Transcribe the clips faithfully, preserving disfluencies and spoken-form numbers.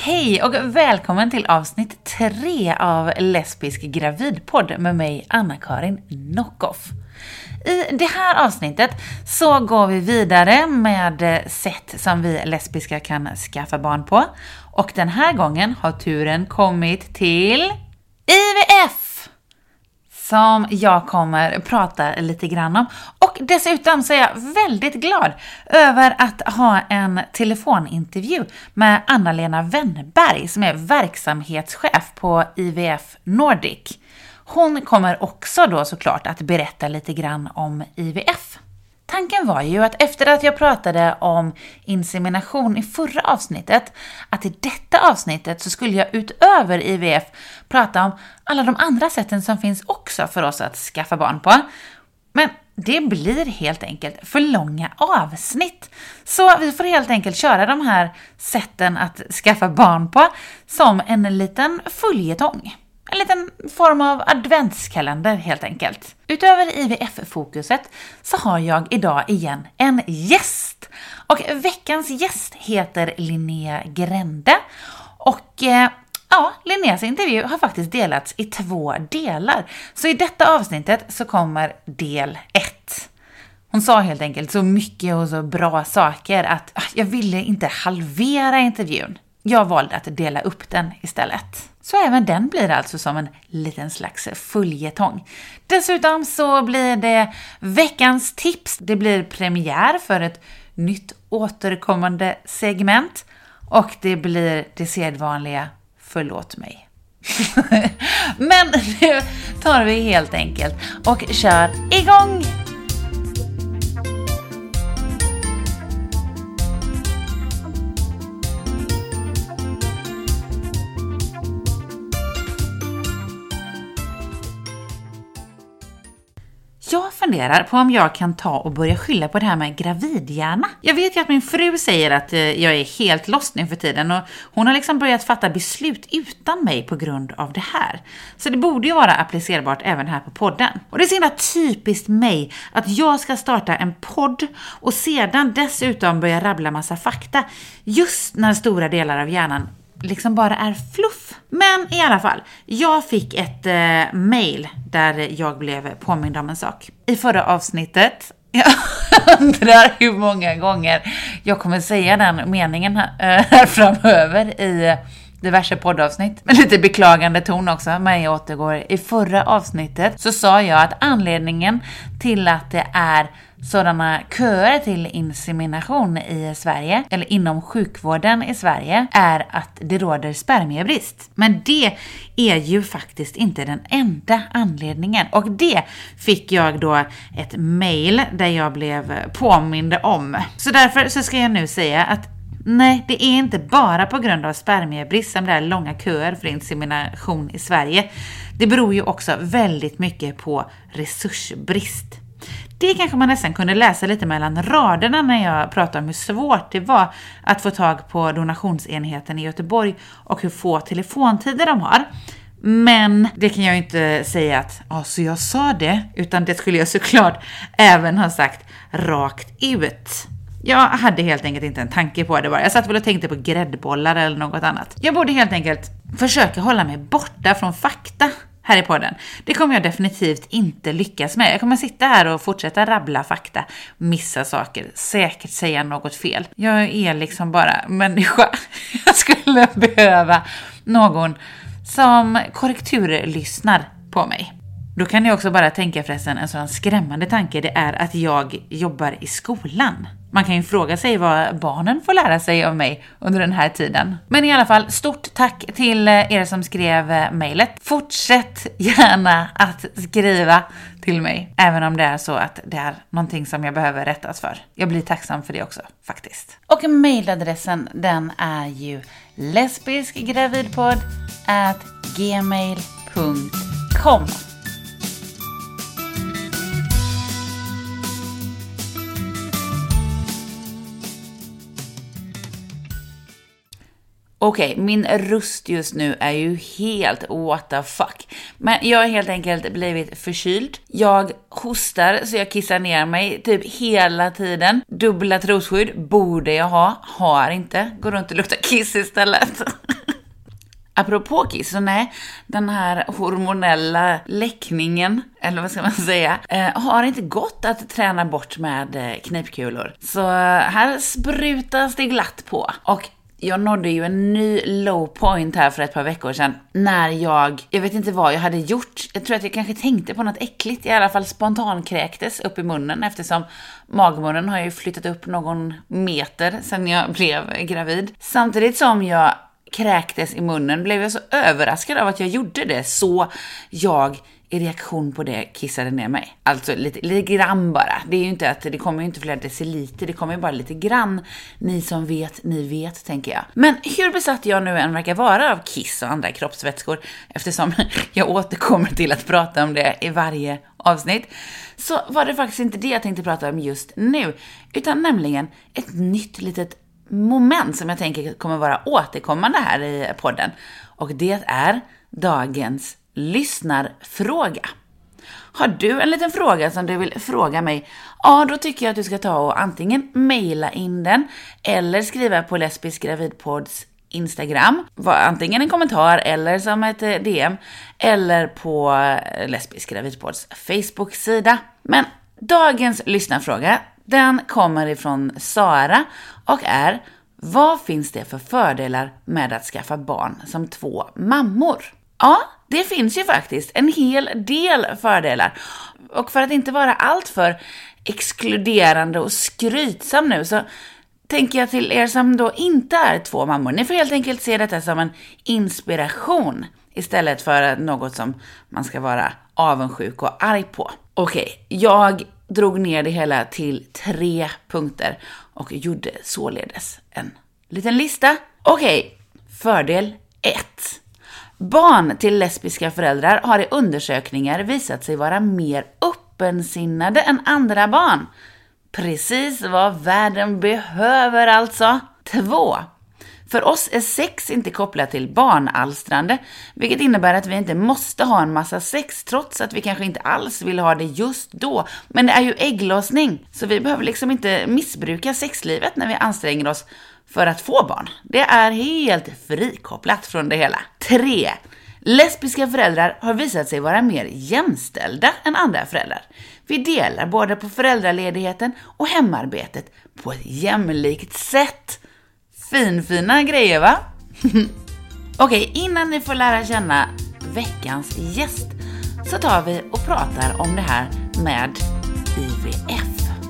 Hej och välkommen till avsnitt tre av Lesbisk gravidpodd med mig Anna-Karin Nockoff. I det här avsnittet så går vi vidare med sätt som vi lesbiska kan skaffa barn på. Och den här gången har turen kommit till I V F! Som jag kommer prata lite grann om. Och dessutom så är jag väldigt glad över att ha en telefonintervju med Anna-Lena Wennberg som är verksamhetschef på I V F Nordic. Hon kommer också då såklart att berätta lite grann om I V F. Tanken var ju att efter att jag pratade om insemination i förra avsnittet, att i detta avsnittet så skulle jag utöver I V F prata om alla de andra sätten som finns också för oss att skaffa barn på. Men det blir helt enkelt för långa avsnitt. Så vi får helt enkelt köra de här sätten att skaffa barn på som en liten följetong. En liten form av adventskalender helt enkelt. Utöver I V F-fokuset så har jag idag igen en gäst. Och veckans gäst heter Linnea Grände. Och eh, ja, Linneas intervju har faktiskt delats i två delar. Så i detta avsnittet så kommer del ett. Hon sa helt enkelt så mycket och så bra saker att ah, jag ville inte halvera intervjun. Jag valde att dela upp den istället. Så även den blir alltså som en liten slags följetong. Dessutom så blir det veckans tips. Det blir premiär för ett nytt återkommande segment. Och det blir det sedvanliga förlåt mig. Men nu tar vi helt enkelt och kör igång! Jag funderar på om jag kan ta och börja skylla på det här med gravidhjärna. Jag vet ju att min fru säger att jag är helt lost nu för tiden och hon har liksom börjat fatta beslut utan mig på grund av det här. Så det borde ju vara applicerbart även här på podden. Och det är så himla typiskt mig att jag ska starta en podd och sedan dessutom börja rabbla massa fakta just när stora delar av hjärnan liksom bara är fluff. Men i alla fall, jag fick ett eh, mail där jag blev påmind om en sak. I förra avsnittet, jag undrar hur många gånger jag kommer säga den meningen här, äh, här framöver i diverse poddavsnitt. Med lite beklagande ton också, men jag återgår. I förra avsnittet så sa jag att anledningen till att det är sådana köer till insemination i Sverige, eller inom sjukvården i Sverige, är att det råder spermiebrist. Men det är ju faktiskt inte den enda anledningen. Och det fick jag då ett mail där jag blev påmind om. Så därför så ska jag nu säga att nej, det är inte bara på grund av spermiebrist som det är långa köer för insemination i Sverige. Det beror ju också väldigt mycket på resursbrist. Det kanske man nästan kunde läsa lite mellan raderna när jag pratade om hur svårt det var att få tag på donationsenheten i Göteborg och hur få telefontider de har. Men det kan jag inte säga att ja, så jag sa det, utan det skulle jag såklart även ha sagt rakt ut. Jag hade helt enkelt inte en tanke på det bara. Jag satt väl och tänkte på gräddbollar eller något annat. Jag borde helt enkelt försöka hålla mig borta från fakta här i podden. Det kommer jag definitivt inte lyckas med. Jag kommer sitta här och fortsätta rabbla fakta, missa saker, säkert säga något fel. Jag är liksom bara människa. Jag skulle behöva någon som korrekturlyssnar på mig. Då kan jag också bara tänka förresten, en sån skrämmande tanke, det är att jag jobbar i skolan. Man kan ju fråga sig vad barnen får lära sig av mig under den här tiden. Men i alla fall, stort tack till er som skrev mejlet. Fortsätt gärna att skriva till mig, även om det är så att det är någonting som jag behöver rättas för. Jag blir tacksam för det också, faktiskt. Och mejladressen, den är ju lesbiskgravidpodd at gmail punkt com. Okej, okay, min röst just nu är ju helt what the fuck. Men jag har helt enkelt blivit förkyld. Jag hostar så jag kissar ner mig typ hela tiden. Dubbla trosskydd borde jag ha, har inte. Går runt och luktar kiss istället. Apropå kiss, så nej, den här hormonella läckningen, eller vad ska man säga, eh, har inte gått att träna bort med eh, knipkulor. Så eh, här sprutas det glatt på. Och jag nådde ju en ny low point här för ett par veckor sedan när jag, jag vet inte vad jag hade gjort. Jag tror att jag kanske tänkte på något äckligt, i alla fall spontankräktes upp i munnen eftersom magmunnen har ju flyttat upp någon meter sedan jag blev gravid. Samtidigt som jag kräktes i munnen blev jag så överraskad av att jag gjorde det, så jag i reaktion på det kissade ner mig. Alltså lite, lite grann bara. Det är ju inte att det kommer ju inte flera deciliter, det kommer ju bara lite grann. Ni som vet, ni vet, tänker jag. Men hur besatt jag nu än verkar vara av kiss och andra kroppsvätskor, eftersom jag återkommer till att prata om det i varje avsnitt, så var det faktiskt inte det jag tänkte prata om just nu, utan nämligen ett nytt litet moment som jag tänker kommer vara återkommande här i podden. Och det är dagens lyssnarfråga. Har du en liten fråga som du vill fråga mig? Ja, då tycker jag att du ska ta och antingen mejla in den eller skriva på Lesbisk Gravidpods Instagram. Antingen en kommentar eller som ett D M eller på Lesbisk Gravidpods Facebook-sida. Men dagens lyssnarfråga, den kommer ifrån Sara och är: vad finns det för fördelar med att skaffa barn som två mammor? Ja, det finns ju faktiskt en hel del fördelar. Och för att inte vara allt för exkluderande och skrytsam nu, så tänker jag till er som då inte är två mammor. Ni får helt enkelt se detta som en inspiration istället för något som man ska vara avundsjuk och arg på. Okej, jag drog ner det hela till tre punkter och gjorde således en liten lista. Okej, fördel ett. Barn till lesbiska föräldrar har i undersökningar visat sig vara mer öppensinnade än andra barn. Precis vad världen behöver alltså. Två. För oss är sex inte kopplat till barnalstrande, vilket innebär att vi inte måste ha en massa sex trots att vi kanske inte alls vill ha det just då. Men det är ju ägglossning, så vi behöver liksom inte missbruka sexlivet när vi anstränger oss för att få barn. Det är helt frikopplat från det hela. Tre. Lesbiska föräldrar har visat sig vara mer jämställda än andra föräldrar. Vi delar både på föräldraledigheten och hemarbetet på ett jämlikt sätt. Finfina grejer, va? Okej, innan ni får lära känna veckans gäst så tar vi och pratar om det här med I V F.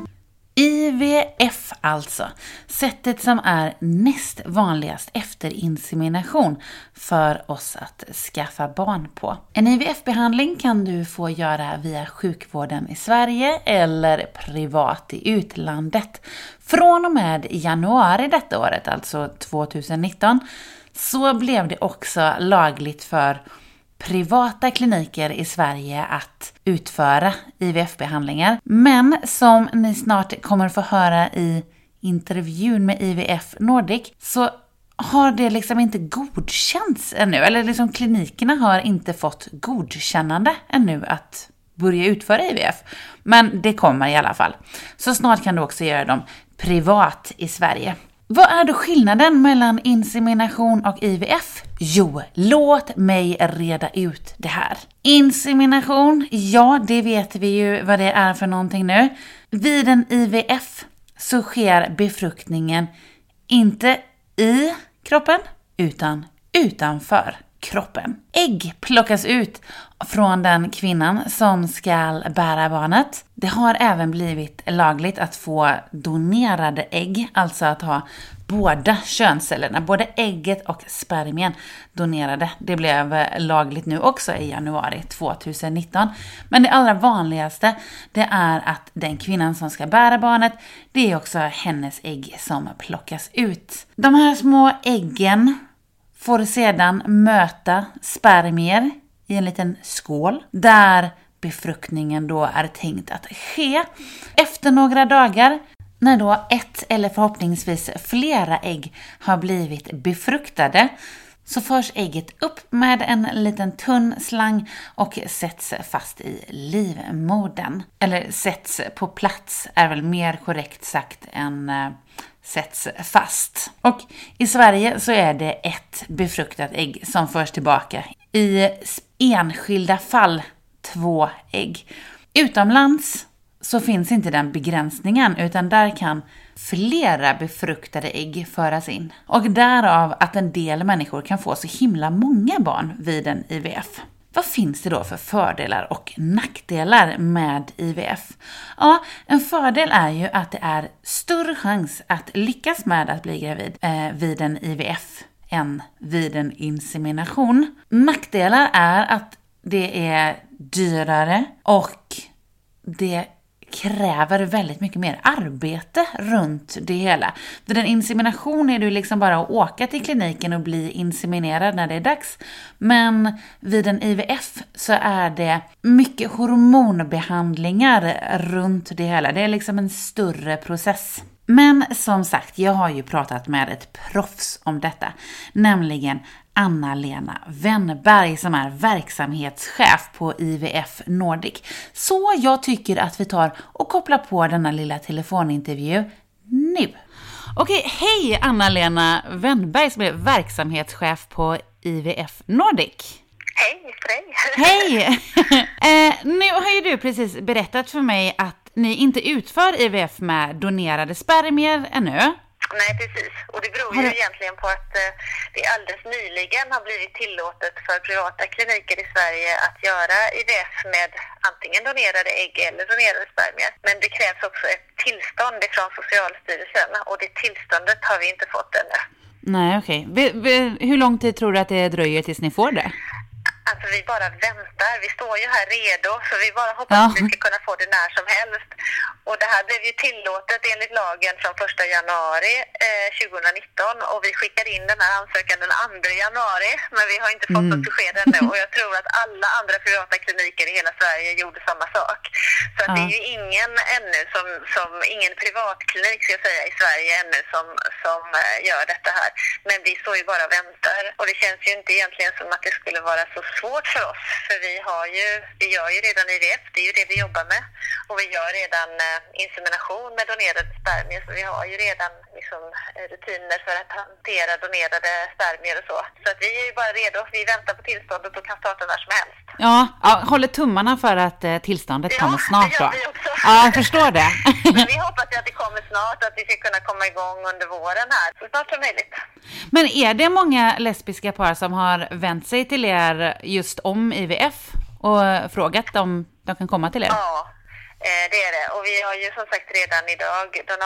I V F alltså, sättet som är näst vanligast efter insemination för oss att skaffa barn på. En I V F-behandling kan du få göra via sjukvården i Sverige eller privat i utlandet. Från och med januari detta året, alltså tjugonitton, så blev det också lagligt för privata kliniker i Sverige att utföra I V F-behandlingar. Men som ni snart kommer få höra i intervjun med I V F Nordic, så har det liksom inte godkänts ännu. Eller liksom klinikerna har inte fått godkännande ännu att börja utföra I V F. Men det kommer i alla fall. Så snart kan du också göra dem privat i Sverige. Vad är då skillnaden mellan insemination och I V F? Jo, låt mig reda ut det här. Insemination, ja, det vet vi ju vad det är för någonting nu. Vid en I V F så sker befruktningen inte i kroppen utan utanför kroppen. Ägg plockas ut från den kvinnan som ska bära barnet. Det har även blivit lagligt att få donerade ägg, alltså att ha båda könscellerna, både ägget och spermien donerade. Det blev lagligt nu också i januari tjugonitton. Men det allra vanligaste, det är att den kvinnan som ska bära barnet, det är också hennes ägg som plockas ut. De här små äggen får sedan möta spermier i en liten skål där befruktningen då är tänkt att ske. Efter några dagar När då ett eller förhoppningsvis flera ägg har blivit befruktade så förs ägget upp med en liten tunn slang och sätts fast i livmodern. Eller sätts på plats är väl mer korrekt sagt än äh, sätts fast. Och i Sverige så är det ett befruktat ägg som förs tillbaka. I enskilda fall två ägg. Utomlands så finns inte den begränsningen utan där kan flera befruktade ägg föras in. Och därav att en del människor kan få så himla många barn vid en I V F. Vad finns det då för fördelar och nackdelar med I V F? Ja, en fördel är ju att det är större chans att lyckas med att bli gravid eh, vid en I V F än vid en insemination. Nackdelar är att det är dyrare och det kräver väldigt mycket mer arbete runt det hela. Vid en insemination är det liksom bara att åka till kliniken och bli inseminerad när det är dags. Men vid en I V F så är det mycket hormonbehandlingar runt det hela. Det är liksom en större process. Men som sagt, jag har ju pratat med ett proffs om detta, nämligen Anna-Lena Wennberg som är verksamhetschef på I V F Nordic. Så jag tycker att vi tar och kopplar på denna lilla telefonintervju nu. Okej, hej Anna-Lena Wennberg som är verksamhetschef på I V F Nordic. Hej för dig. Hej! eh, nu har ju du precis berättat för mig att ni inte utför I V F med donerade spermier ännu. Nej, precis. Och det beror ju egentligen på att eh, det alldeles nyligen har blivit tillåtet för privata kliniker i Sverige att göra I V F med antingen donerade ägg eller donerade spermier. Men det krävs också ett tillstånd från Socialstyrelsen och det tillståndet har vi inte fått ännu. Nej, okej. Okay. Hur lång tid tror du att det dröjer tills ni får det? Alltså vi bara väntar, vi står ju här redo så vi bara hoppas ja. att vi ska kunna få det när som helst. Och det här blev ju tillåtet enligt lagen från första januari eh, tjugonitton och vi skickade in den här ansökan den andra januari men vi har inte fått mm. något besked ännu och jag tror att alla andra privata kliniker i hela Sverige gjorde samma sak. Så att ja. det är ju ingen ännu som, som ingen privatklinik ska jag säga i Sverige ännu som, som eh, gör detta här. Men vi står ju bara och väntar och det känns ju inte egentligen som att det skulle vara så svårt för oss, för vi har ju, vi gör ju redan I V F, det är ju det vi jobbar med och vi gör redan eh, insemination med donerade spermier så vi har ju redan liksom, rutiner för att hantera donerade spermier och så. Så att vi är ju bara redo, vi väntar på tillståndet och kan starta när som helst. Ja, ja håller tummarna för att eh, tillståndet kommer ja, snart då. Ja, vi också. Ja, jag förstår det. Men vi hoppas att det kommer snart, att vi ska kunna komma igång under våren här, så snart som möjligt. Men är det många lesbiska par som har vänt sig till er just om I V F och frågat om de kan komma till er? Ja, det är det. Och vi har ju som sagt redan idag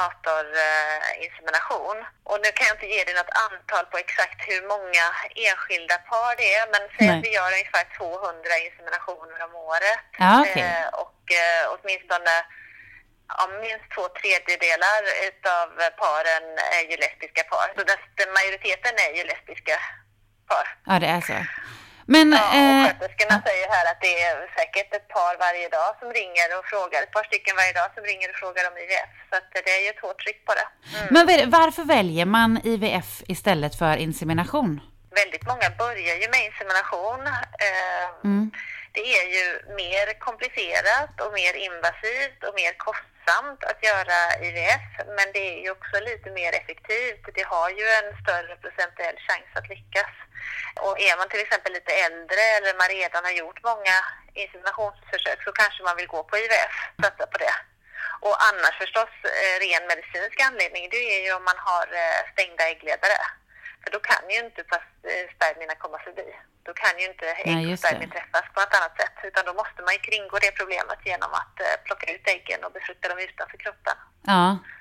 donatorinsemination. Och nu kan jag inte ge dig något antal på exakt hur många enskilda par det är. Men säg att vi gör ungefär tvåhundra inseminationer om året. Ja, okay. Och åtminstone ja, minst två tredjedelar utav paren är ju lesbiska par. Så den majoriteten är ju lesbiska par. Ja, det är så. Men, ja, och eh, sköterskorna säger här att det är säkert ett par varje dag som ringer och frågar. Ett par stycken varje dag som ringer och frågar om I V F. Så att det är ju ett hårt tryck på det. Mm. Men varför väljer man I V F istället för insemination? Väldigt många börjar ju med insemination. Eh, mm. Det är ju mer komplicerat och mer invasivt och mer kostsamt att göra I V F. Men det är ju också lite mer effektivt. Det har ju en större procentuell chans att lyckas. Och är man till exempel lite äldre eller man redan har gjort många inseminationsförsök så kanske man vill gå på I V F, satsa på det. Och annars förstås ren medicinsk anledning, det är ju om man har stängda äggledare. För då kan ju inte spermierna komma förbi. Då kan ju inte ägg och spermier träffas på något annat sätt. Utan då måste man ju kringgå det problemet genom att plocka ut äggen och befrukta dem utanför kroppen. Ja.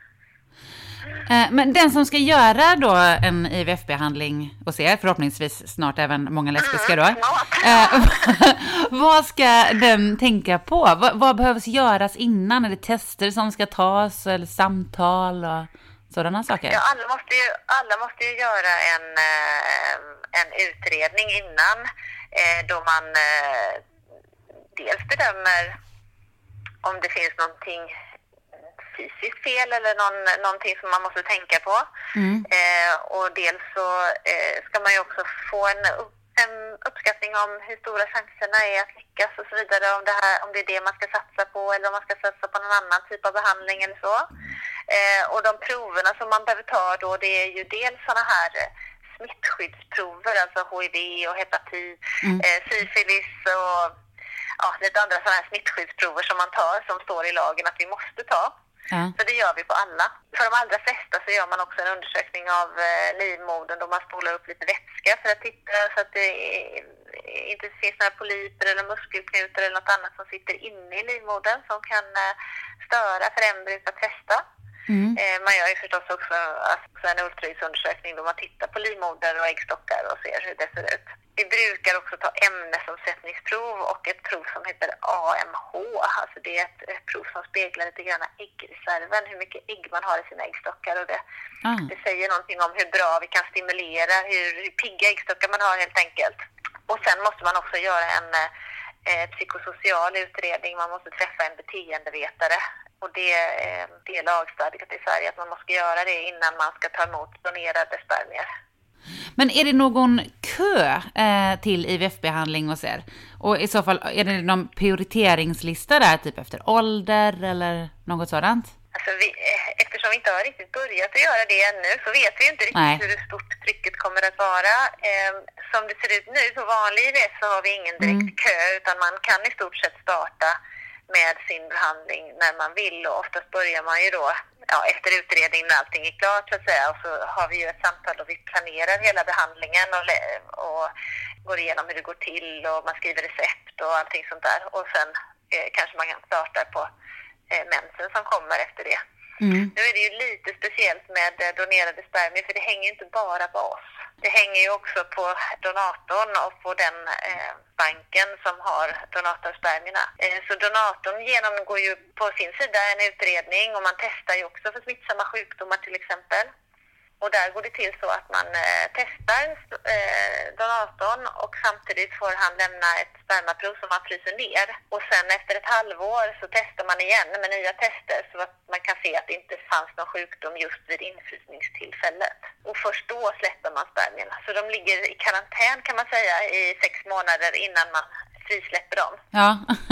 Men den som ska göra då en I V F-behandling och se förhoppningsvis snart även många lesbiska då. Mm, vad ska den tänka på? Vad, vad behövs göras innan? Är det tester som ska tas eller samtal och sådana saker? Ja, alla måste ju, alla måste ju göra en, en utredning innan då man dels bedömer om det finns någonting fysiskt fel eller någon, någonting som man måste tänka på. Mm. Eh, och dels så eh, ska man ju också få en, en uppskattning om hur stora chanserna är att lyckas och så vidare. Om det, här, om det är det man ska satsa på eller om man ska satsa på någon annan typ av behandling eller så. Eh, och de proverna som man behöver ta då, det är ju dels sådana här smittskyddsprover, alltså H I V och hepatit, mm. eh, syfilis och ja, lite andra sådana här smittskyddsprover som man tar som står i lagen att vi måste ta. Mm. Så det gör vi på alla. För de allra flesta så gör man också en undersökning av eh, livmodern då man spolar upp lite vätska för att titta så att det är, inte finns några polyper eller muskelknutor eller något annat som sitter inne i livmodern som kan eh, störa för embryot att fästa. Mm. Eh, man gör ju förstås också alltså en ultraljudsundersökning då man tittar på livmoder och äggstockar och ser hur det ser ut. Vi brukar också ta ämnesomsättningsprov och ett prov som heter A M H. Alltså det är ett, ett prov som speglar lite grann äggreserven, hur mycket ägg man har i sina äggstockar. Och det, ah. det säger någonting om hur bra vi kan stimulera, hur, hur pigga äggstockar man har helt enkelt. Och sen måste man också göra en eh, psykosocial utredning. Man måste träffa en beteendevetare. Och det, eh, det är lagstadgat i Sverige att man måste göra det innan man ska ta emot donerade spermier. Men är det någon kö eh, till I V F-behandling hos er? Och i så fall, är det någon prioriteringslista där, typ efter ålder eller något sådant? Alltså vi, eftersom vi inte har riktigt börjat att göra det ännu så vet vi inte riktigt Nej. hur stort trycket kommer att vara. Eh, som det ser ut nu på vanlig I V F så har vi ingen direkt mm. kö utan man kan i stort sett starta med sin behandling när man vill och oftast börjar man ju då ja, efter utredningen när allting är klart så att säga och så har vi ju ett samtal och vi planerar hela behandlingen och, och går igenom hur det går till och man skriver recept och allting sånt där och sen eh, kanske man kan starta på eh, mensen som kommer efter det. Mm. Nu är det ju lite speciellt med donerade spermier för det hänger ju inte bara på oss. Det hänger ju också på donatorn och på den eh, banken som har donatorsspermierna. Eh, så donatorn genomgår ju på sin sida en utredning och man testar ju också för smittsamma sjukdomar till exempel. Och där går det till så att man eh, testar eh, donatorn och samtidigt får han lämna ett spermaprov som man fryser ner. Och sen efter ett halvår så testar man igen med nya tester så att man kan se att det inte fanns någon sjukdom just vid infrysningstillfället. Och först då släpper man spermierna. Så de ligger i karantän kan man säga i sex månader innan man frisläpper dem. Ja,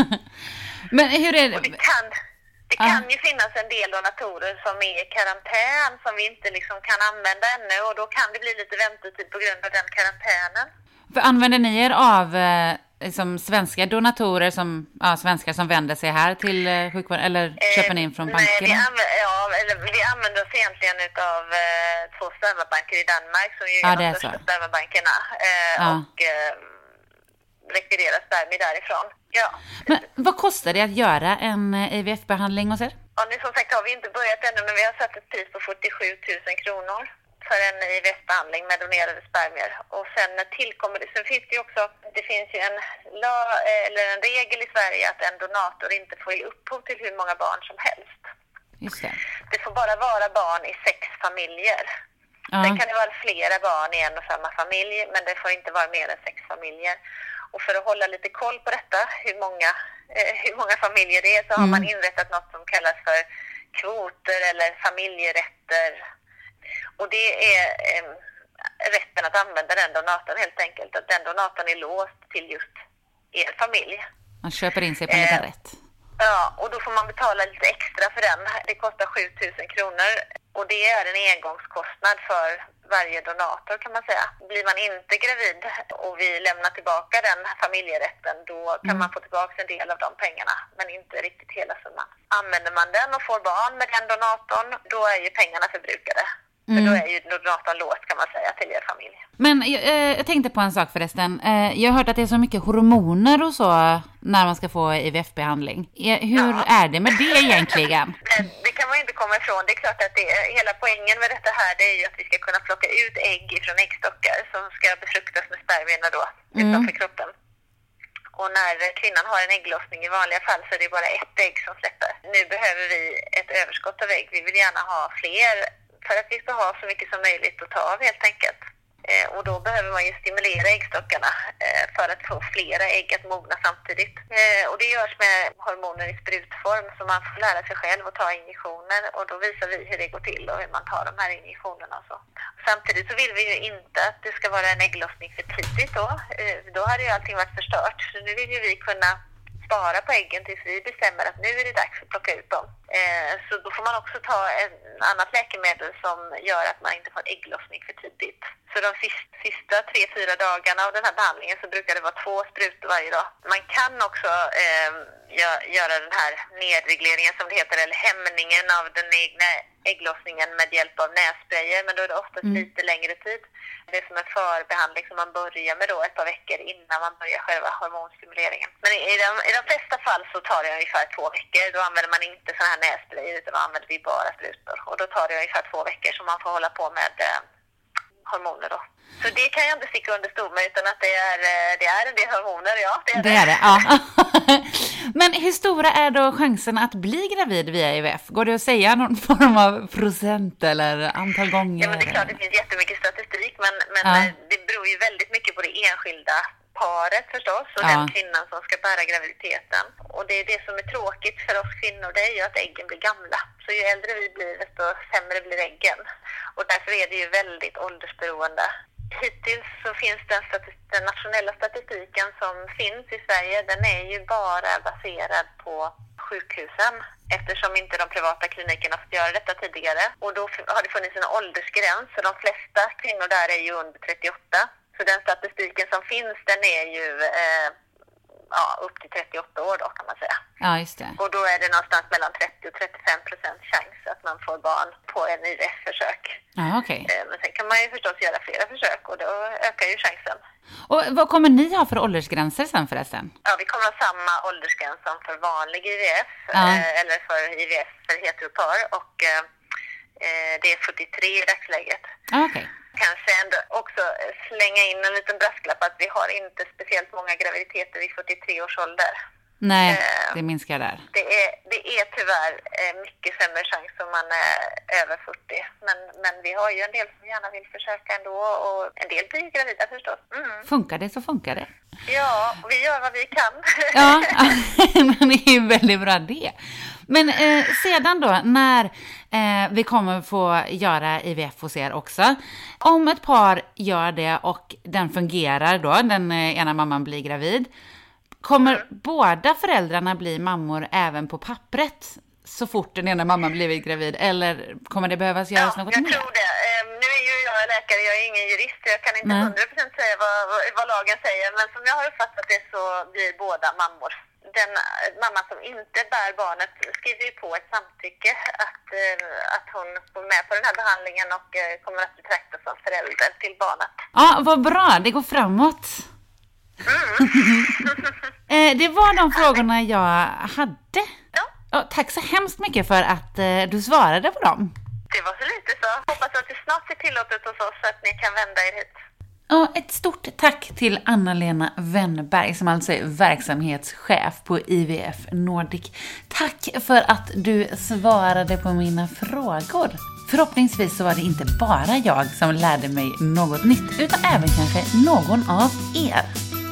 men hur är det? Och det kan... Det kan ju finnas en del donatorer som är i karantän som vi inte liksom kan använda ännu och då kan det bli lite väntetid på grund av den karantänen. För använder ni er av eh, liksom svenska donatorer, som, ja, svenskar som vänder sig här till eh, sjukvården eller eh, köper ni in från bankerna? Nej, vi använder, ja, eller, vi använder oss egentligen av eh, två spermabanker i Danmark som ju är de största spermabankerna eh, ja. och eh, rekvirerar spermier därifrån. Ja. Men vad kostar det att göra en I V F-behandling hos er? Ja, nu som sagt har vi inte börjat ännu men vi har satt ett pris på fyrtiosju tusen kronor för en I V F-behandling med donerade spermier. Och sen tillkommer det, sen finns det ju också, det finns ju en, eller en regel i Sverige att en donator inte får ge upphov till hur många barn som helst. Just det. Det får bara vara barn i sex familjer. Ja. Sen kan det vara flera barn i en och samma familj men det får inte vara mer än sex familjer. Och för att hålla lite koll på detta, hur många, eh, hur många familjer det är, så har mm. man inrättat något som kallas för kvoter eller familjerätter. Och det är eh, rätten att använda den donatorn helt enkelt. Att den donatorn är låst till just er familj. Man köper in sig på en liten eh, rätt. Ja, och då får man betala lite extra för den. Det kostar sju tusen kronor och det är en engångskostnad för varje donator kan man säga. Blir man inte gravid och vi lämnar tillbaka den familjerätten då kan mm. man få tillbaka en del av de pengarna men inte riktigt hela summan. Använder man den och får barn med den donatorn då är ju pengarna förbrukade. Mm. För då är ju donatorn låst kan man säga till er familj. Men eh, jag tänkte på en sak förresten. Eh, jag har hört att det är så mycket hormoner och så när man ska få I V F-behandling. Eh, hur ja. är det med det egentligen? det, det kan man ju inte komma ifrån. Det är klart att det, hela poängen med detta här det är ju att vi ska kunna plocka ut ägg från äggstockar som ska befruktas med spermierna då mm. utanför kroppen. Och när kvinnan har en ägglossning i vanliga fall så är det bara ett ägg som släpper. Nu behöver vi ett överskott av ägg. Vi vill gärna ha fler för att vi ska ha så mycket som möjligt att ta av helt enkelt. Eh, och då behöver man ju stimulera äggstockarna eh, för att få flera ägg att mogna samtidigt. Eh, och det görs med hormoner i sprutform, så man får lära sig själv att ta injektioner, och då visar vi hur det går till och hur man tar de här injektionerna och så. Samtidigt så vill vi ju inte att det ska vara en ägglossning för tidigt då. Eh, då hade ju allting varit förstört. Så nu vill ju vi kunna spara på äggen tills vi bestämmer att nu är det dags att plocka ut dem. Eh, så då får man också ta en annat läkemedel som gör att man inte får ägglossning för tidigt. Så de sista, sista tre, fyra dagarna av den här behandlingen så brukar det vara två sprutor varje dag. Man kan också eh, göra den här nedregleringen som det heter, eller hämningen av den egna ägglossningen med hjälp av nässprayer, men då är det oftast mm. lite längre tid. Det är som en förbehandling som man börjar med då ett par veckor innan man börjar själva hormonstimuleringen. Men i de, i de flesta fall så tar det ungefär två veckor. Då använder man inte sån här nässprayer, utan då använder vi bara sprutor. Och då tar det ungefär två veckor som man får hålla på med eh, hormoner då. Så det kan jag inte sticka under stol med, utan att det är, det är en del hormoner, ja. Det är det. Det är det, ja. Men hur stora är då chansen att bli gravid via I V F? Går det att säga någon form av procent eller antal gånger? Ja, men det är klart, det finns jättemycket statistik, men, men ja. det beror ju väldigt mycket på det enskilda paret förstås, och ja. den kvinnan som ska bära graviditeten. Och det är det som är tråkigt för oss kvinnor, det är ju att äggen blir gamla. Så ju äldre vi blir, desto sämre blir äggen. Och därför är det ju väldigt åldersberoende. Hittills så finns den, statistik, den nationella statistiken som finns i Sverige, den är ju bara baserad på sjukhusen, eftersom inte de privata klinikerna fått göra detta tidigare. Och då har det funnits en åldersgräns, så de flesta kvinnor där är ju under trettioåtta. Så den statistiken som finns, den är ju eh, ja, upp till trettioåtta år då, kan man säga. Ja, just det. Och då är det någonstans mellan trettio och trettiofem procent chans att man får barn på en I V F-försök. Ja, okej. Okay. Men sen kan man ju förstås göra flera försök, och då ökar ju chansen. Och vad kommer ni ha för åldersgränser sen förresten? Ja, vi kommer ha samma åldersgräns som för vanlig I V F, ja. eh, eller för I V F för heteropar, och eh, det är fyrtiotre i dagsläget. Ja, okej. Okay. Kanske ändå också slänga in en liten brasklapp att vi har inte speciellt många graviditeter vid fyrtiotre års ålder. Nej, eh, det minskar där. Det är, det är tyvärr mycket sämre chans om man är över fyrtio. Men, men vi har ju en del som gärna vill försöka ändå, och en del blir gravida förstås. Mm. Funkar det så funkar det. Ja, vi gör vad vi kan. Ja, men det är ju väldigt bra det. Men eh, sedan då, när eh, vi kommer få göra I V F hos er också. Om ett par gör det och den fungerar då, den eh, ena mamman blir gravid. Kommer mm. båda föräldrarna bli mammor även på pappret så fort den ena mamman blivit gravid? Eller kommer det behövas göras ja, något jag mer? tror det. Um, nu är ju jag läkare, jag är ingen jurist. Jag kan inte hundra procent säga vad, vad lagen säger. Men som jag har uppfattat det så blir båda mammor. Den mamma som inte bär barnet skriver ju på ett samtycke att, uh, att hon går med på den här behandlingen och uh, kommer att betraktas som förälder till barnet. Ja, vad bra. Det går framåt. Mm. eh, det var de frågorna jag hade. Ja. Och tack så hemskt mycket för att eh, du svarade på dem. Det var så lite så. Hoppas att det snart är tillåtet hos oss så att ni kan vända er hit. Och ett stort tack till Anna-Lena Wennberg som alltså är verksamhetschef på I V F Nordic. Tack för att du svarade på mina frågor. Förhoppningsvis så var det inte bara jag som lärde mig något nytt utan även kanske någon av er.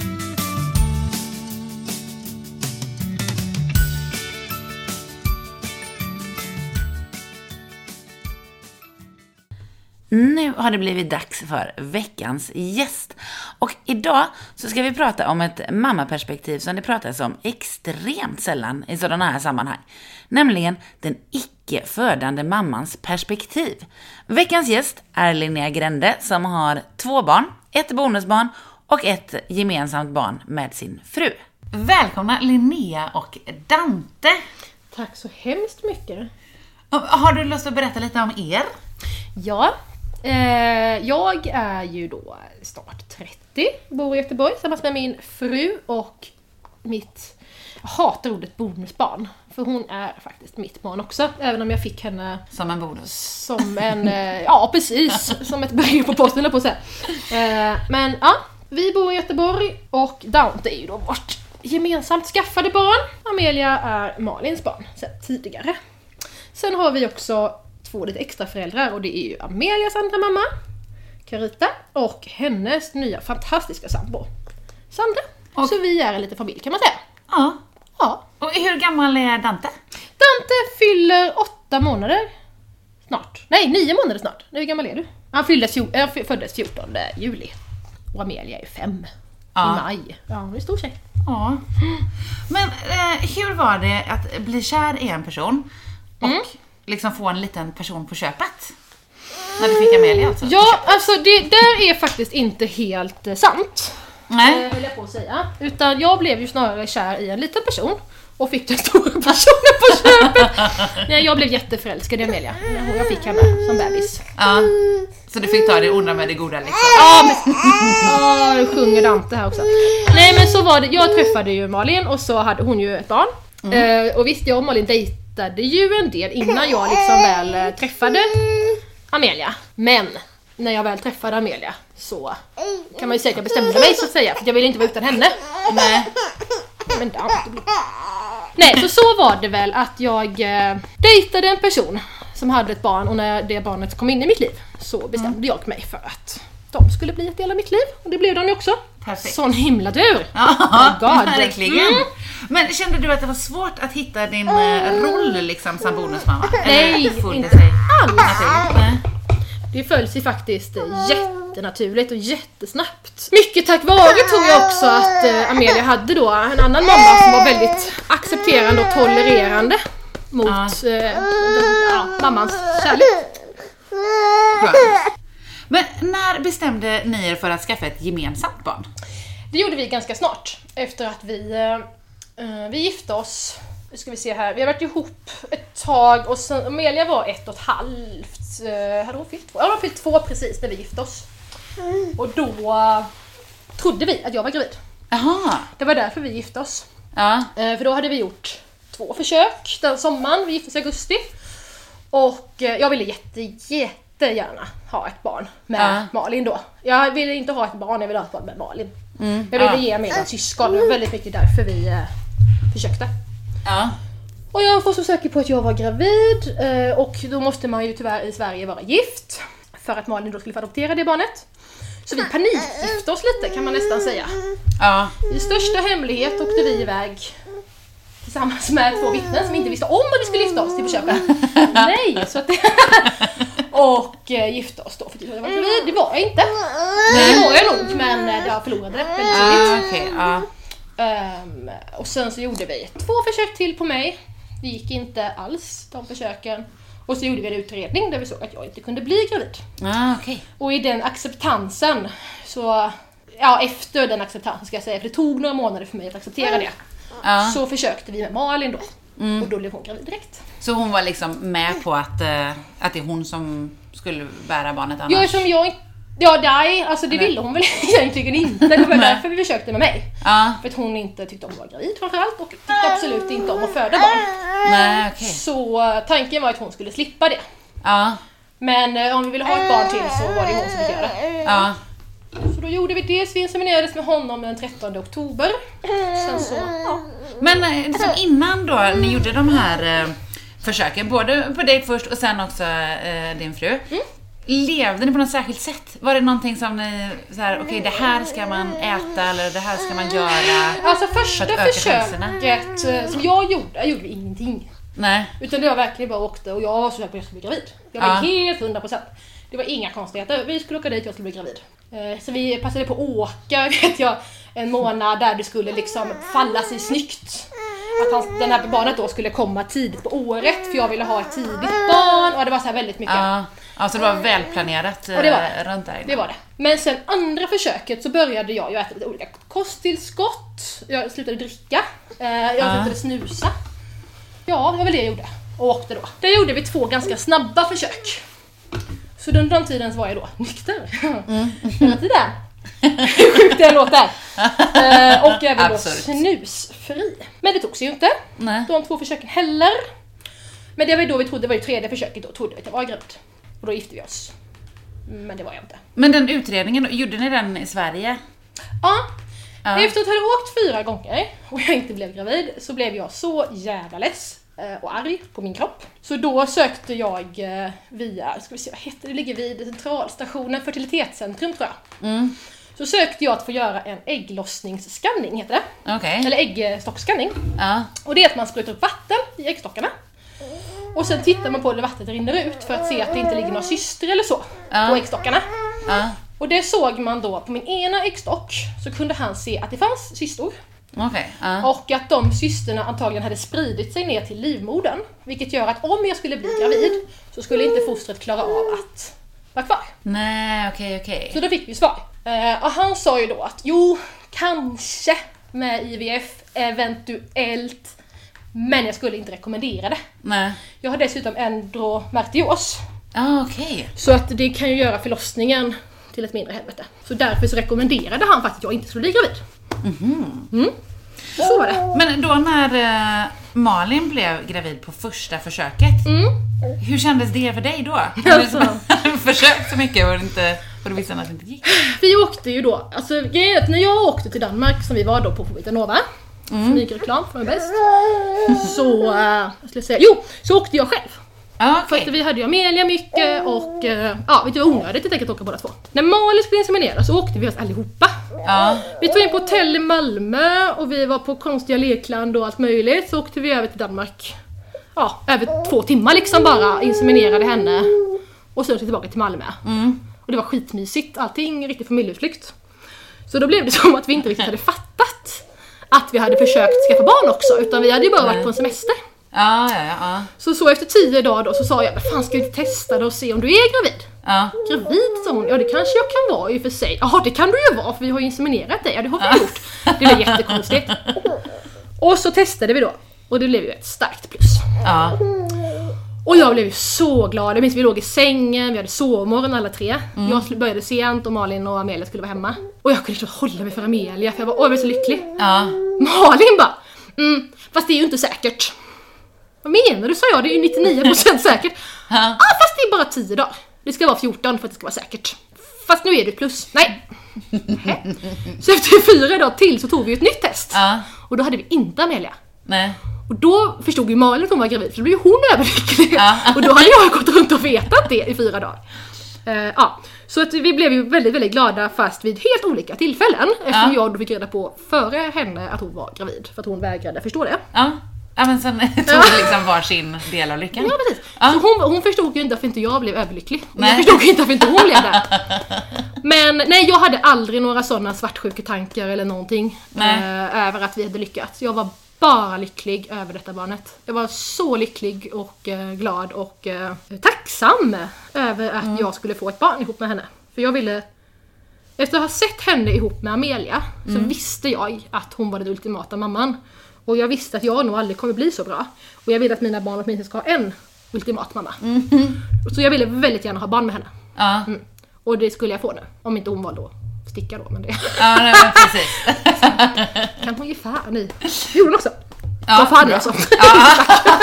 Nu har det blivit dags för veckans gäst. Och idag så ska vi prata om ett mammaperspektiv som det pratas om extremt sällan i sådana här sammanhang. Nämligen den icke-födande mammans perspektiv. Veckans gäst är Linnea Grände som har två barn, ett bonusbarn och ett gemensamt barn med sin fru. Välkomna Linnea och Dante. Tack så hemskt mycket. Har du lust att berätta lite om er? Ja, eh, jag är ju då snart trettio, bor i Göteborg tillsammans med min fru och mitt, jag hatar ordet bonusbarn, för hon är faktiskt mitt barn också, även om jag fick henne som en bonus. Som en, eh, ja precis, som ett brev på posten eller på sig. Eh, men ja, vi bor i Göteborg och Dante är ju då vårt gemensamt skaffade barn. Amelia är Malins barn sedan tidigare. Sen har vi också två lite extra föräldrar och det är ju Amelias andra mamma, Carita och hennes nya fantastiska sambo Sandra. Och, så vi är en liten familj kan man säga. Ja. Ja. Och hur gammal är Dante? Dante fyller åtta månader snart. Nej, nio månader snart. Hur gammal är du? Han fylldes, äh, föddes fjortonde juli. Och Amelia är fem ja. i maj. Ja, hon är stor tjej. Ja. Men eh, hur var det att bli kär i en person och mm. liksom få en liten person på köpet? När du fick Amelia alltså? Ja, alltså det där är faktiskt inte helt eh, sant. Nej. Eh, höll jag på att säga. Utan jag blev ju snarare kär i en liten person och fick den stora personen på köpet. Nej, jag blev jätteförälskad i Amelia. Jag fick henne som bebis. Ja. Så du fick ta det onda med det goda liksom. Ja, men ja, jag sjunger Dante här också. Nej, men så var det. Jag träffade ju Malin och så hade hon ju ett barn. Mm. Eh, och visst, jag och Malin dejtade ju en del innan jag liksom väl eh, träffade Amelia. Men när jag väl träffade Amelia så kan man ju säga att jag bestämde mig så att säga. För jag ville inte vara utan henne. Nej. Men Dante. Nej, så så var det väl att jag eh, dejtade en person som hade ett barn och när det barnet kom in i mitt liv så bestämde mm. jag mig för att de skulle bli ett del av mitt liv och det blev de ju också. Perfekt. Sån himla tur. Ja, oh verkligen. Mm. Men kände du att det var svårt att hitta din mm. roll liksom som bonusmamma? Nej, Eller inte sig alls. Nej. Det föll sig faktiskt jättenaturligt och jättesnabbt. Mycket tack vare tror jag också att eh, Amelia hade då en annan mamma som var väldigt accepterande och tolererande mot ja. Eh, den, ja, mammans kärlek. Bra. Men när bestämde ni er för att skaffa ett gemensamt barn? Det gjorde vi ganska snart efter att vi, eh, vi gifte oss. Nu ska vi se här. Vi har varit ihop ett tag och sen, Amelia var ett och ett halvt. Uh, hade hon fyllt två? Ja, hon hade fyllt två precis när vi gifte oss. Mm. Och då uh, trodde vi att jag var gravid. Aha. Det var därför vi gifte oss. Ja. Uh, för då hade vi gjort två försök den sommaren. Vi gifte oss i augusti. Och uh, jag ville jätte, jättegärna ha ett barn med ja. Malin då. Jag ville inte ha ett barn, jag ville ha ett barn med Malin. Mm. Jag ville ja. ge mig en syskon. Det var väldigt mycket därför vi uh, försökte. Ja. Och jag var så säker på att jag var gravid och då måste man ju tyvärr i Sverige vara gift för att Malin då skulle få adoptera det barnet. Så vi panikgifte oss lite kan man nästan säga. Ja. I största hemlighet åkte vi iväg tillsammans med två vittnen som inte visste om att vi skulle gifta oss till försöka. Nej, så att och äh, gifte oss då för att jag var gravid. Det var jag inte. Nej. Det var jag nog, men jag förlorade det väldigt ah, okay, ah. Um, och sen så gjorde vi två försök till på mig. Det gick inte alls de försöken. Och så gjorde vi en utredning där vi såg att jag inte kunde bli gravid. Ah, okay. Och i den acceptansen så, ja efter den acceptansen ska jag säga, för det tog några månader för mig att acceptera det. Ah. Så försökte vi med Malin då. Mm. Och då blev hon gravid direkt. Så hon var liksom med på att, uh, att det är hon som skulle bära barnet annars? Ja, som jag inte. Ja, nej, alltså det ville hon väl egentligen inte. Det var därför vi försökte med mig. Ja. För att hon inte tyckte om att vara gravid framförallt och tyckte absolut inte om att föda barn. Nej, okay. Så tanken var att hon skulle slippa det. Ja. Men eh, om vi ville ha ett barn till så var det hon som fick göra det. Ja. Så då gjorde vi det, så vi inseminerades med honom den trettonde oktober. Sen så, ja. Men liksom innan då ni gjorde de här eh, försöken, både på dig först och sen också eh, din fru. Mm. Levde ni på något särskilt sätt? Var det någonting som ni så här, okej, okay, det här ska man äta eller det här ska man göra? Alltså första för försöket som jag gjorde, gjorde vi ingenting. Nej. Utan det var verkligen bara åkte och jag var så säker på att jag skulle bli gravid. Jag var ja. helt hundra procent. Det var inga konstigheter. Vi skulle åka dit och jag skulle bli gravid. Så vi passade på att åka, vet jag, en månad där det skulle liksom falla sig snyggt. Att hans, den här barnet då skulle komma tidigt på året för jag ville ha ett tidigt barn och det var så här väldigt mycket. Ja, alltså det var välplanerat och det var det. Runt där. Det var det. Men sen andra försöket så började jag ju äta lite olika kosttillskott. Jag slutade dricka. Jag ja. slutade snusa. Ja, det var väl det jag gjorde. Och åkte då. Där gjorde vi två ganska snabba försök. Så under den tiden så var jag då nykter. Mm. Hela tiden. Hur sjukt det låter. uh, och jag var då snusfri. Men det tog sig ju inte. Nej. De två försöken heller. Men det var då vi trodde, det var ju tredje försöket då trodde vi att jag var gravid. Och då gifte vi oss. Men det var jag inte. Men den utredningen, gjorde ni den i Sverige? Ja. Ja. Efter att jag hade åkt fyra gånger och jag inte blev gravid så blev jag så jävla less. och arg på min kropp. Så då sökte jag via, ska vi se vad heter det, det ligger vid centralstationen, fertilitetscentrum tror jag. Mm. Så sökte jag att få göra en ägglossningsskanning, heter det. Okay. Eller äggstockskanning. Ja. Och det är att man sprutar upp vatten i äggstockarna. Och sen tittar man på det vattnet rinner ut för att se att det inte ligger några cyster eller så ja. på äggstockarna. Ja. Och det såg man då på min ena äggstock, så kunde han se att det fanns cystor. Okay. Uh. Och att de cysterna antagligen hade spridit sig ner till livmodern. Vilket gör att om jag skulle bli gravid så skulle inte fostret klara av att vara kvar. Nej, okej, okay, okej. Okay. Så då fick vi svar. Uh, och han sa ju då att jo, kanske med I V F, eventuellt. Men jag skulle inte rekommendera det. Nej. Jag har dessutom endometrios. Ah, okej. Okay. Så att det kan ju göra förlossningen till ett mindre helvete. Så därför så rekommenderade han faktiskt att jag inte skulle bli gravid. Mm-hmm. Mm. Så var det. Men då när uh, Malin blev gravid på första försöket, mm. hur kändes det för dig då? Alltså. Försökt så mycket och inte, och du visste att det inte gick. Vi åkte ju då, alltså när jag åkte till Danmark som vi var då på Vitanova, mm. smygreklam från bäst, så, uh, jag skulle säga, jo, så åkte jag själv. Ah, okay. För att vi hade ju Amelia mycket och uh, ja, vet du, onödigt att tänka att åka båda två. När Malin skulle inseminera så åkte vi oss allihopa. Ah. Vi tog in på hotell i Malmö och vi var på konstiga lekland och allt möjligt. Så åkte vi över till Danmark. Ja, över två timmar liksom bara, inseminerade henne och sen tillbaka till Malmö. Mm. Och det var skitmysigt, allting, riktigt familjeutflykt. Så då blev det som att vi inte riktigt hade fattat att vi hade försökt skaffa barn också, utan vi hade ju bara varit på en semester. Ja, ja, ja. Så så efter tio dagar då så sa jag, men fan ska vi inte testa det och se om du är gravid? Ja. Gravid, sa hon. Ja, det kanske jag kan vara i för sig. Jaha, det kan du ju vara för vi har ju inseminerat dig. Ja, det har vi ja. gjort. Det var jättekonstigt. Och så testade vi då. Och det blev ju ett starkt plus. Ja. Och jag blev ju så glad. Jag minns vi låg i sängen, vi hade sovmorgon alla tre. Mm. Jag började sent och Malin och Amelia skulle vara hemma. Och jag kunde inte hålla mig för Amelia för jag var, åh, jag var så lycklig. Ja. Malin bara, mm, fast det är ju inte säkert. Vad menar du, sa jag? Det är ju nittionio procent säkert. Ja, ah, fast det är bara tio dagar. Det ska vara fjorton för att det ska vara säkert. Fast nu är det plus. Nej. Så efter fyra dagar till så tog vi ett nytt test. Ja. Och då hade vi inte Amelia. Nej. Och då förstod ju Malin att hon var gravid. För då blev hon överlycklig. Ja. Och då hade jag gått runt och vetat det i fyra dagar. Uh, ja. Så att vi blev ju väldigt, väldigt glada fast vid helt olika tillfällen. Eftersom ja. jag då fick reda på före henne att hon var gravid. För att hon vägrade förstå det. Ja. Ja, men sen tog det liksom var sin del av lyckan. Ja, precis. Ja. Så hon, hon förstod ju inte att inte jag blev överlycklig. Och jag förstod inte att inte hon blev det. Men nej, jag hade aldrig några sådana svartsjuketankar eller någonting eh, över att vi hade lyckats. Jag var bara lycklig över detta barnet. Jag var så lycklig och eh, glad och eh, tacksam över att mm. jag skulle få ett barn ihop med henne. För jag ville, efter att ha sett henne ihop med Amelia så mm. visste jag att hon var den ultimata mamman. Och jag visste att jag nog aldrig kommer bli så bra. Och jag vill att mina barn åtminstone ska ha en ultimat mamma. Mm. Så jag ville väldigt gärna ha barn med henne. Ja. Mm. Och det skulle jag få nu. Om inte hon valde att sticka då. Men det... Ja, nej, men precis. Kan hon ge fan i? Det gjorde hon också. Ja, vad fan alltså. Ja.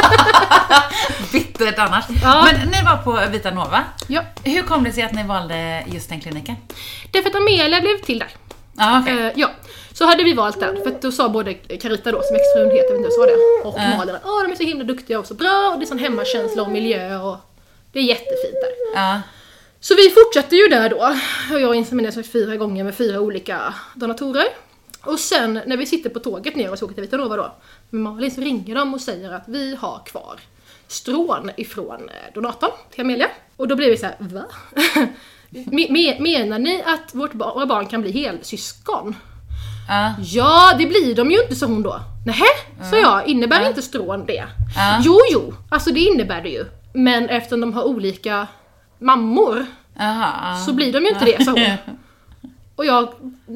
Bittert annars. Ja. Men ni var på Vitanova. Ja. Hur kom det sig att ni valde just den kliniken? Därför att Amelia blev till där. Ah, okay. uh, ja, så hade vi valt den. För att då sa både Carita då, som exfrun heter, vet inte så var det, och uh. Malin, åh de är så himla duktiga och så bra. Och det är sån hemmakänsla och miljö och det är jättefint där. Uh. Så vi fortsatte ju där då. Och jag inseminerade fyra gånger med fyra olika donatorer. Och sen när vi sitter på tåget ner och så åker till Vitanova då, med Malin, så ringer de och säger att vi har kvar strån ifrån donatorn till Amelia. Och då blev vi så här, va? Menar ni att vårt bar- våra barn kan bli helsyskon? Uh. Ja, det blir de ju inte, sa hon då. Nähä, uh. sa jag, innebär uh. inte strån det? Uh. Jo, jo, alltså det innebär det ju. Men eftersom de har olika mammor uh. så blir de ju inte det, sa hon. Och jag,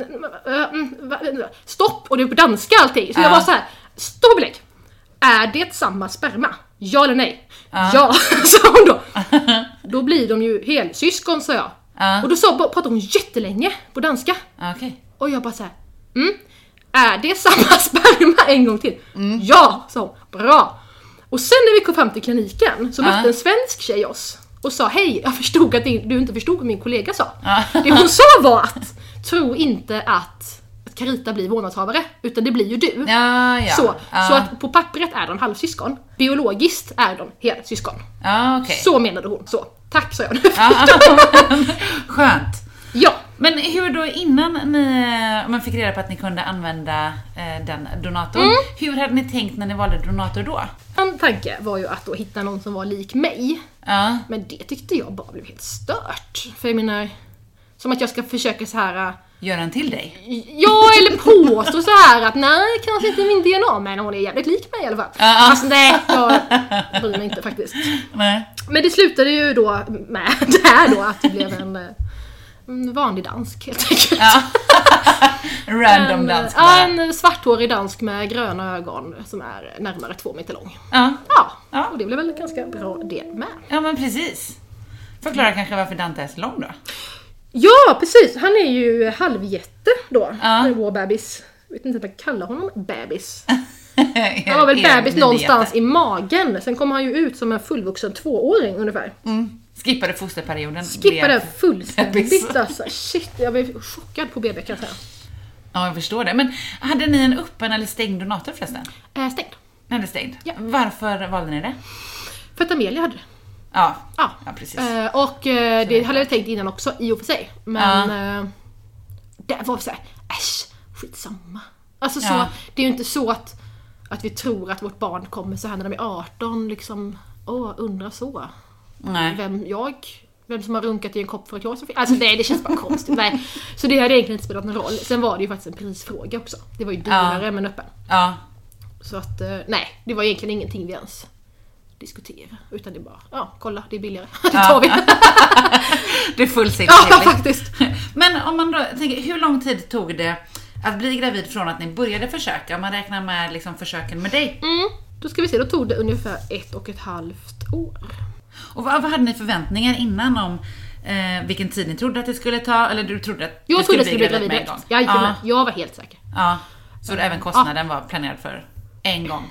stopp, och det är på danska allting. Så uh. jag var så här, stopp belägg. Är det samma sperma? Ja eller nej? Uh. Ja, sa hon då. Då blir de ju helsyskon, sa jag. Uh. Och då sa, pratade hon jättelänge på danska. Okay. Och jag bara så här, mm, är det samma sperma en gång till? Mm. Ja, sa hon. Bra. Och sen när vi kom fram till kliniken så uh. mötte en svensk tjej oss och sa, hej, jag förstod att du inte förstod vad min kollega sa. Uh. Det hon sa var att, tro inte att Carita blir vårdnadshavare, utan det blir ju du. Ja, ja. Så, ja. så att på pappret är de halvsyskon. Biologiskt är de helsyskon. Ja, okej. Så menade hon. Så, tack sa jag nu. Ja. Skönt. Ja. Men hur då innan ni, om man fick reda på att ni kunde använda eh, den donatorn, mm. hur hade ni tänkt när ni valde donator då? En tanke var ju att då hitta någon som var lik mig. Ja. Men det tyckte jag bara blev helt stört. För jag menar, som att jag ska försöka så här... Göra en till dig? Ja, eller påstå så här att nej, kanske inte min D N A, men hon är jävligt lik mig i alla fall. Ja. Alltså nej, jag bryr mig inte faktiskt. Nej. Men det slutade ju då med det här då, att det blev en, en vanlig dansk helt enkelt. Ja. Random dansk. Ja, en svarthårig dansk med gröna ögon som är närmare två meter lång. Ja. Ja, ja. Och det blev väl ganska bra det med. Ja, men precis. Förklara kanske varför Dante är så lång då. Ja, precis. Han är ju halvjätte då. Ja. Vår bebis. Jag vet inte vad jag kallar honom. Bebis. Han var väl bebis någonstans i magen. Sen kom han ju ut som en fullvuxen tvååring ungefär. Mm. Skippade fosterperioden. Skippade fullständigt alltså. Shit, jag blev chockad på B B kan jag säga. Ja, jag förstår det. Men hade ni en öppen eller stängd donator förresten? Äh, stängd. Nej, det är stängd. Ja. Varför valde ni det? För att Amelia hade det. Ja, ja. ja precis. Uh, och uh, det hade jag tänkt innan också, i och för sig. Men ja. uh, det var så här, äsch, skitsamma. Alltså så, ja. Det är ju inte så att, att vi tror att vårt barn kommer så här när de är arton, liksom, åh, undrar så. Nej. Vem jag, vem som har runkat i en kopp för ett jag som Alltså nej, det känns bara konstigt. Nej. Så det hade egentligen inte spelat någon roll. Sen var det ju faktiskt en prisfråga också. Det var ju dyrare ja. Men öppen. Ja. Så att, uh, nej, det var egentligen ingenting vi ens diskutera, utan det är bara, ja, kolla, det är billigare. Det tar vi. Det är fullständigt. Ja, faktiskt. Men om man då tänker, hur lång tid tog det att bli gravid från att ni började försöka? Om man räknar med liksom försöken med dig. Mm, då ska vi se, då tog det ungefär ett och ett halvt år. Och vad, vad hade ni förväntningar innan om eh, vilken tid ni trodde att det skulle ta? Eller du trodde att jag du trodde skulle bli gravid med en gång? Ja, ja. Jag var helt säker. Ja, så även kostnaden ja. Var planerad för en gång?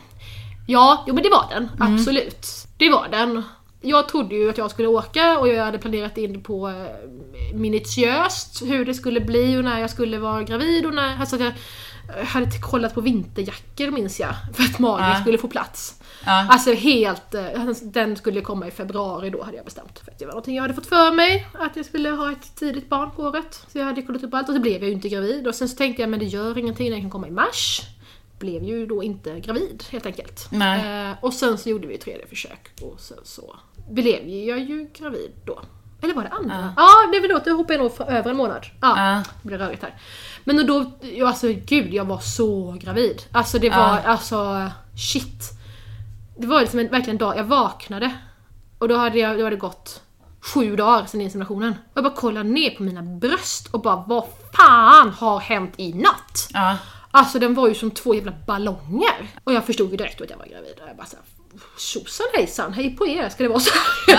Ja, jo, men det var den. Mm. Absolut. Det var den. Jag trodde ju att jag skulle åka och jag hade planerat in på eh, minutiöst hur det skulle bli och när jag skulle vara gravid och när, alltså jag hade kollat på vinterjackor minns jag för att Malin ja. Skulle få plats. Ja. Alltså helt, den skulle komma i februari då hade jag bestämt. För att det var någonting jag hade fått för mig att jag skulle ha ett tidigt barn på året. Så jag hade kollat upp allt och så blev jag ju inte gravid. Och sen så tänkte jag men det gör ingenting, den kan komma i mars. Blev ju då inte gravid helt enkelt. Eh, och sen så gjorde vi ett tredje försök och sen så blev jag ju gravid då. Eller var det andra? Ja, ja det var då att jag hoppade nog för över en månad. Ja, ja. Det blev rörigt här. Men då, jag, alltså gud, jag var så gravid. Alltså det var, ja. Alltså shit. Det var liksom en, verkligen en dag, jag vaknade. Och då hade, jag, då hade det gått sju dagar sedan inseminationen. Och jag bara kollade ner på mina bröst och bara, vad fan har hänt i natt? Ja. Alltså den var ju som två jävla ballonger. Och jag förstod ju direkt att jag var gravid. Och jag bara såhär, tjosan hejsan, hej på er, ska det vara så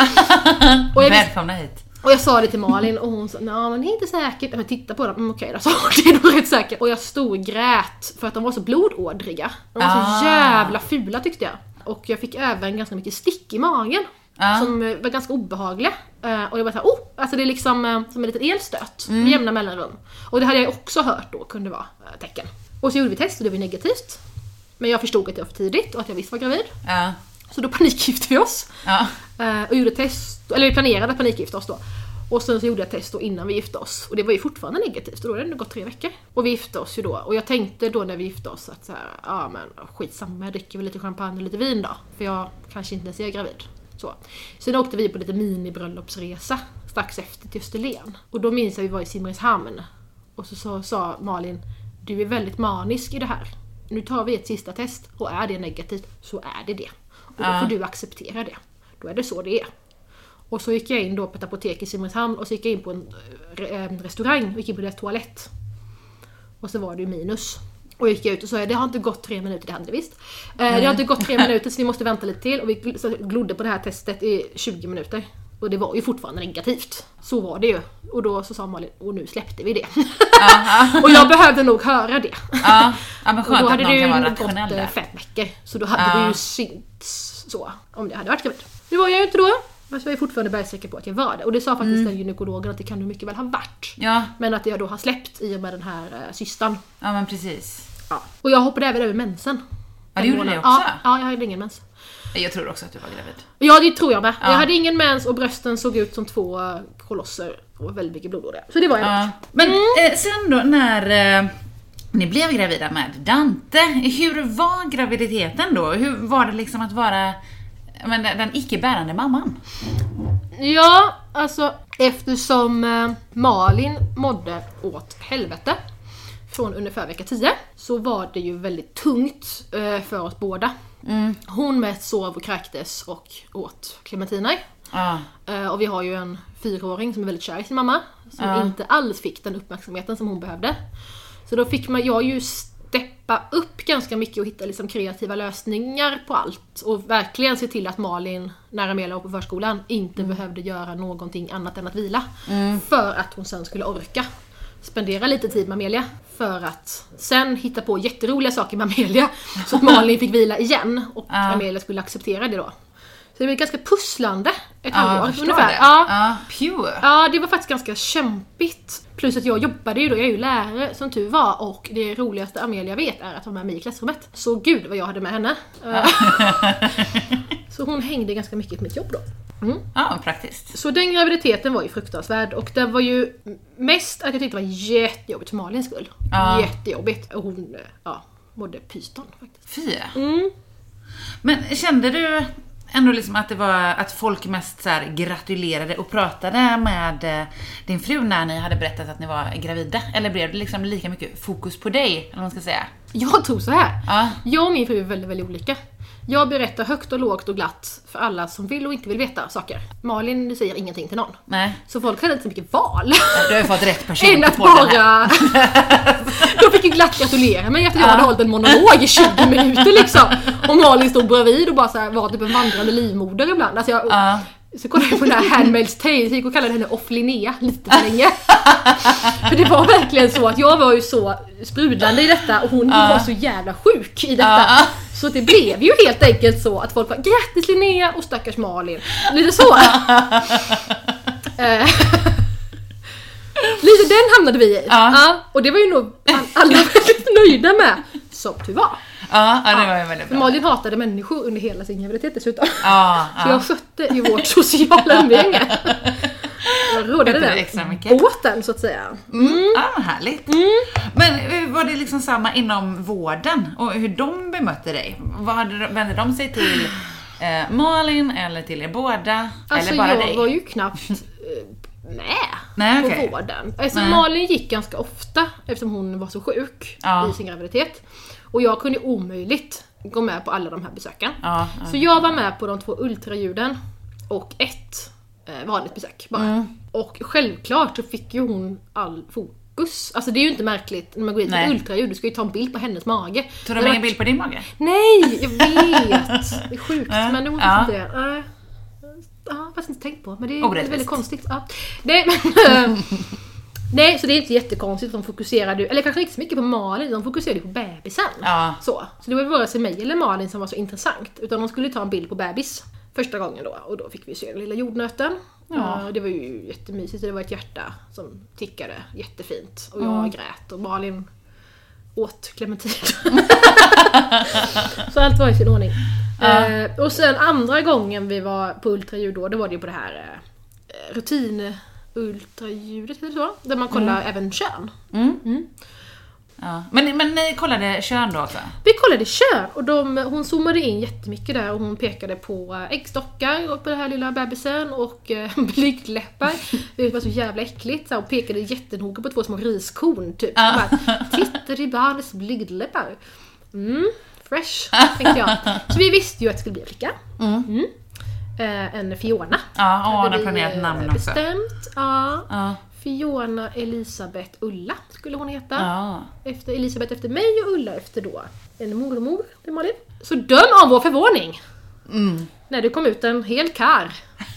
här? Och jag välkomna hit. Och jag sa det till Malin och hon sa, nej men det är inte säkert. Men titta på dem, mm, okej, okay, då, det är nog rätt säkert. Och jag stod och grät för att de var så blodådriga. De var ah. så jävla fula tyckte jag. Och jag fick även ganska mycket stick i magen. Ah. Som var ganska obehagliga. Och jag bara såhär, oh, alltså det är liksom som en liten elstöt mm. med jämna mellanrum. Och det hade jag också hört då kunde vara tecken. Och så gjorde vi test och det var negativt. Men jag förstod att det var för tidigt och att jag visst var gravid. Ja. Så då panikgifte vi oss. Ja. Och gjorde test, eller vi planerade att panikgifta oss då. Och sen så gjorde jag test då innan vi gifte oss. Och det var ju fortfarande negativt. Och då hade det gått tre veckor. Och vi gifte oss ju då. Och jag tänkte då när vi gifte oss att så här, ja men skitsamma, jag dricker väl lite champagne och lite vin då. För jag kanske inte ens är gravid. Så. Sen åkte vi på lite mini-bröllopsresa strax efter till Österlen. Och då minns jag att vi var i Simrishamn. Och så sa, sa Malin, du är väldigt manisk i det här. Nu tar vi ett sista test och är det negativt så är det det. Och då får du acceptera det. Då är det så det är. Och så gick jag in då på ett apotek i Simrishamn och så gick jag in på en äh, restaurang och gick in på deras toalett. Och så var det ju minus. Och gick jag ut och sa, det har inte gått tre minuter, det hade det visst. Eh, det har inte gått tre minuter så vi måste vänta lite till. Och vi glodde på det här testet i tjugo minuter. Och det var ju fortfarande negativt. Så var det ju. Och då så sa Malin, och nu släppte vi det. Och jag behövde nog höra det. Ja, ja men skönt och då hade att någon det kan vara ju rationell gått där. fem veckor. Så då hade ja. det ju synts så, om det hade varit gravid. Det var jag ju inte då. Alltså jag är fortfarande bergsäker på att jag var det. Och det sa faktiskt mm. den gynekologen att det kan du mycket väl ha varit. Ja. Men att jag då har släppt i och med den här äh, systern. Ja, men precis. Ja. Och jag hoppade även över mensen. Ja, det gjorde det också? Ja, ja, jag hade ingen mens. Jag tror också att du var gravid. Ja, det tror jag med. Ja. Jag hade ingen mens och brösten såg ut som två kolosser och väldigt mycket blod. Så det var jag. Ja. Men mm. eh, sen då när eh, ni blev gravida med Dante, hur var graviditeten då? Hur var det liksom att vara men, den icke-bärande mamman? Ja, alltså eftersom eh, Malin mådde åt helvete från ungefär vecka tio så var det ju väldigt tungt eh, för oss båda. Mm. Hon mest sov och kräktes och åt clementiner. Ah. Uh, och vi har ju en fyraåring som är väldigt kär i sin mamma. Som ah. inte alls fick den uppmärksamheten som hon behövde. Så då fick man, jag ju steppa upp ganska mycket och hitta liksom kreativa lösningar på allt. Och verkligen se till att Malin, när Amelia var på förskolan, inte mm. behövde göra någonting annat än att vila. Mm. För att hon sen skulle orka spendera lite tid med Amelia. För att sen hitta på jätteroliga saker med Amelia. Så att Malin fick vila igen. Och uh. Amelia skulle acceptera det då. Så det blev ganska pusslande ett uh, halvår ungefär. Det. Ja. Uh, pure. Ja, det var faktiskt ganska kämpigt. Plus att jag jobbade ju då, jag är ju lärare som tur var. Och det roligaste Amelia vet är att ha med mig i klassrummet. Så gud vad jag hade med henne. Uh. Så hon hängde ganska mycket på mitt jobb då. Mm. Ja, praktiskt. Så den graviditeten var ju fruktansvärd. Och det var ju mest att jag tyckte det var jättejobbigt för Malins skull. Ja. Jättejobbigt. Och hon ja, mådde pyton faktiskt. Fy. Mm. Men kände du ändå liksom att det var att folk mest så här gratulerade och pratade med din fru när ni hade berättat att ni var gravida? Eller blev det liksom lika mycket fokus på dig, eller vad man ska säga? Jag tror så här. Ja. Jag och min fru är väldigt, väldigt olika. Jag berättar högt och lågt och glatt för alla som vill och inte vill veta saker. Malin säger ingenting till någon. Nej. Så folk hade inte så mycket val. Du har fått rätt person än att bara... De fick ju glatt gratulera mig efter att jag hade hållit en monolog i tjugo minuter liksom. Och Malin stod bredvid och bara så här, var typ en vandrande livmoder ibland. Alltså jag... Uh. Så kollade jag på den här Handmaid's Tale, så jag gick och kallade henne Off Linnea lite för länge. För det var verkligen så att jag var ju så sprudlande i detta och hon uh. var så jävla sjuk i detta. Uh. Så det blev ju helt enkelt så att folk var grattis Linnea och stackars Malin. Lite så. Lite den hamnade vi i. Uh. Ja, och det var ju nog alla väldigt nöjda med, som du var. Ja, ja, det var ju väldigt bra. Malin hatade människor under hela sin graviditet dessutom. Ja, så jag skötte ju vårt sociala umgänge. Jag rådade den extra mycket. båten så att säga. Mm. Mm. Ja, härligt. Mm. Men var det liksom samma inom vården och hur de bemötte dig? Vad hade, vände de sig till eh, Malin eller till er båda? Alltså eller bara jag dig? var ju knappt... Eh, Nej, Nej på okay. vården. Alltså Nej. Malin gick ganska ofta eftersom hon var så sjuk ja. i sin graviditet. Och jag kunde omöjligt gå med på alla de här besöken. Ja, ja. Så jag var med på de två ultraljuden och ett eh, vanligt besök bara. Mm. Och självklart så fick ju hon all fokus. Alltså det är ju inte märkligt när man går in på ett ultraljud. Du ska ju ta en bild på hennes mage. Tog de ingen bild på din mage? Nej, jag vet. Det är sjukt, ja. men det var ja. inte det. Nej. Ja, jag har faktiskt inte tänkt på. Men det är Orättvist. väldigt konstigt. Ja. Nej, men, nej, så det är inte jättekonstigt. De fokuserade, eller kanske inte så mycket på Malin. De fokuserade på bebisen. Ja. Så. så det var ju vare sig mig eller Malin som var så intressant. Utan de skulle ta en bild på bebis första gången då. Och då fick vi se den lilla jordnöten. Ja. Det var ju jättemysigt. Det var ett hjärta som tickade jättefint. Och jag mm. grät och Malin åt clementin. Så allt var i sin ordning. Ja. Eh, och sen andra gången vi var på ultraljud då, då var det ju på det här eh, rutin ultraljudet heter det så, där man kollar mm. även kön. Mm. Mm. Ja. Men, men ni kollade kön då också? Vi kollade kön och de, hon zoomade in jättemycket där och hon pekade på äggstockar och på det här lilla bebisen och eh, blygdläppar. Det var så jävla äckligt. Så hon pekade jättenoga på två små riskorn typ. Ja. Bara, titta i barnets blygdläppar. Mm, fresh, tänkte jag. Så vi visste ju att det skulle bli en flicka. Mm. Mm. Eh, en Fiona. Ja, hon har planerat namn också. Bestämt, ja. Ja. Fiona Elisabeth Ulla skulle hon heta. Ja. Efter Elisabeth efter mig och Ulla efter då en mormor till Malin. Så döm om vår förvåning. Mm. När det kom ut en hel kar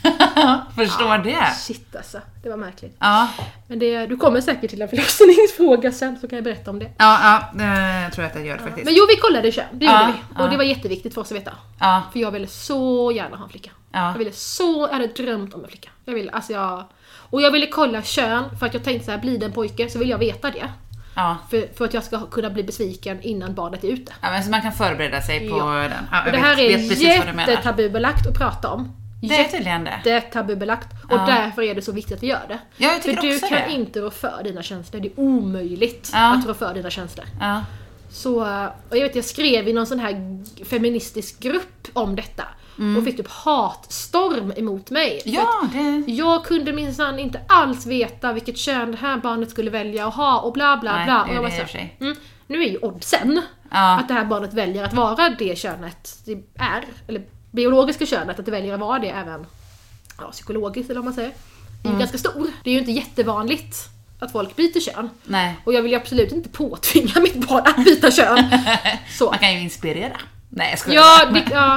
Förstår det. Shit alltså, det var märkligt. Ja. Men det, du kommer säkert till en förlossningsfråga sen, så kan jag berätta om det. Ja, ja, jag tror att jag gör det faktiskt. Men jo, vi kollade kön, det gjorde Ja, vi. Och ja. det var jätteviktigt för oss att veta. Ja. För jag ville så gärna ha en flicka. Ja. Jag ville så, jag hade drömt om en flicka. Jag ville, alltså jag... Och jag ville kolla kön, för att jag tänkte så här, blir det en pojke så vill jag veta det. Ja. För, för att jag ska kunna bli besviken innan barnet är ute. Ja, men så man kan förbereda sig på Ja. den. Ja, jag Och det här vet, vet precis vad du menar. är jättetabubelagt att prata om. Det är tydligen det. Jättetabubelagt. Och Ja. därför är det så viktigt att vi gör det. Ja, jag tycker för du också kan det. inte rå för dina känslor. Det är omöjligt Ja. att rå för dina känslor. Ja. Så, och jag vet, jag skrev i någon sån här feministisk grupp om detta. Mm. Och fick typ hatstorm emot mig. Ja, det... Jag kunde minsann inte alls veta vilket kön det här barnet skulle välja att ha och bla bla Nej, bla. det är Och jag var det i så, och för sig. mm, nu är ju oddsen Ja. att det här barnet väljer att vara det könet det är. Eller biologiska könet, att det väljer att vara det även ja, psykologiskt eller vad man säger. Det är ju Mm. ganska stor. Det är ju inte jättevanligt att folk byter kön. Nej. Och jag vill ju absolut inte påtvinga mitt barn att byta kön. Så. Man kan ju inspirera. Nej, jag skojar. Ja, det, ja,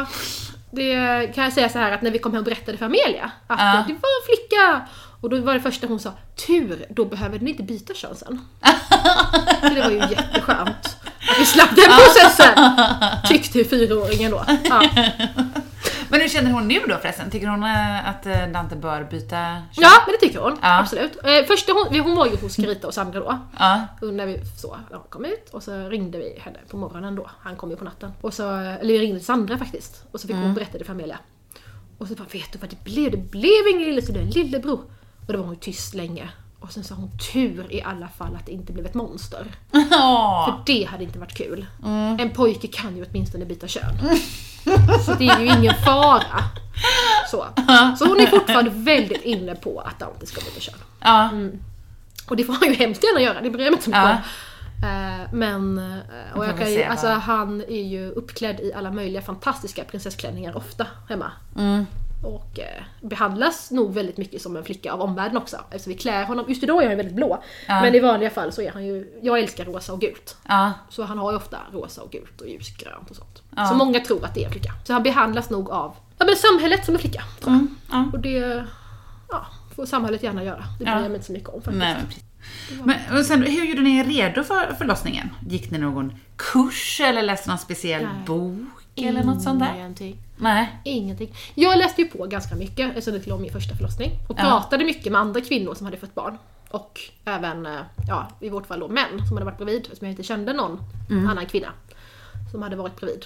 det kan jag säga så här att när vi kom hem och berättade för Amelia att Ja. det var en flicka. Och då var det första hon sa, tur, då behöver den inte byta kön sen. Så det var ju jätteskönt att vi slapp den processen, tyckte ju fyraåringen då. Ja. Men hur känner hon nu då förresten? Tycker hon eh, att eh, Dante bör byta kön? Ja, men det tycker hon. Ja. Absolut. Eh, första hon, hon var ju hos Carita och Sandra då. Ja. Och när vi så, när hon kom ut och så ringde vi henne på morgonen då. Han kom ju på natten. Och så, eller vi ringde till Sandra faktiskt. Och så fick Mm. hon berätta det för Amelia. Och så bara, vet du vad det blev? Det blev ingen lillebror, det är en lillebror. Och då var hon ju tyst länge. Och sen sa hon, tur i alla fall att det inte blev ett monster. Ja. För det hade inte varit kul. Mm. En pojke kan ju åtminstone byta kön. Så det är ju ingen fara. Så, så hon är fortfarande väldigt inne på att Dante ska byta kön. Ja. Mm. Och det får han ju hemskt gärna göra, det bryr jag mig inte så mycket Ja. om. Eh, Men, eh, och får jag vi kan ju, se alltså, vad- han är ju uppklädd i alla möjliga fantastiska prinsessklänningar ofta hemma. Mm. Och eh, behandlas nog väldigt mycket som en flicka av omvärlden också. Eftersom vi klär honom, just idag är han ju väldigt blå. Ja. Men i vanliga fall så är han ju, jag älskar rosa och gult. Ja. Så han har ju ofta rosa och gult och ljusgrönt och sånt. Ja. Så många tror att det är en flicka. Så han behandlas nog av ja, men samhället som en flicka. Tror jag. Mm. Ja. Och det ja, får samhället gärna göra. Det bryr Ja. jag mig inte så mycket om faktiskt. Nej, men precis. Men och sen, hur gjorde ni er redo för förlossningen? Gick ni någon kurs eller läste någon speciell Nej. bok eller något sånt där? Ingenting. Nej. Ingenting. Jag läste ju på ganska mycket eftersom det skulle vara min första förlossning. Och Ja. pratade mycket med andra kvinnor som hade fått barn. Och även, eh, ja, i vårt fall då män som hade varit gravid. Eftersom jag inte kände någon Mm. annan kvinna som hade varit gravid.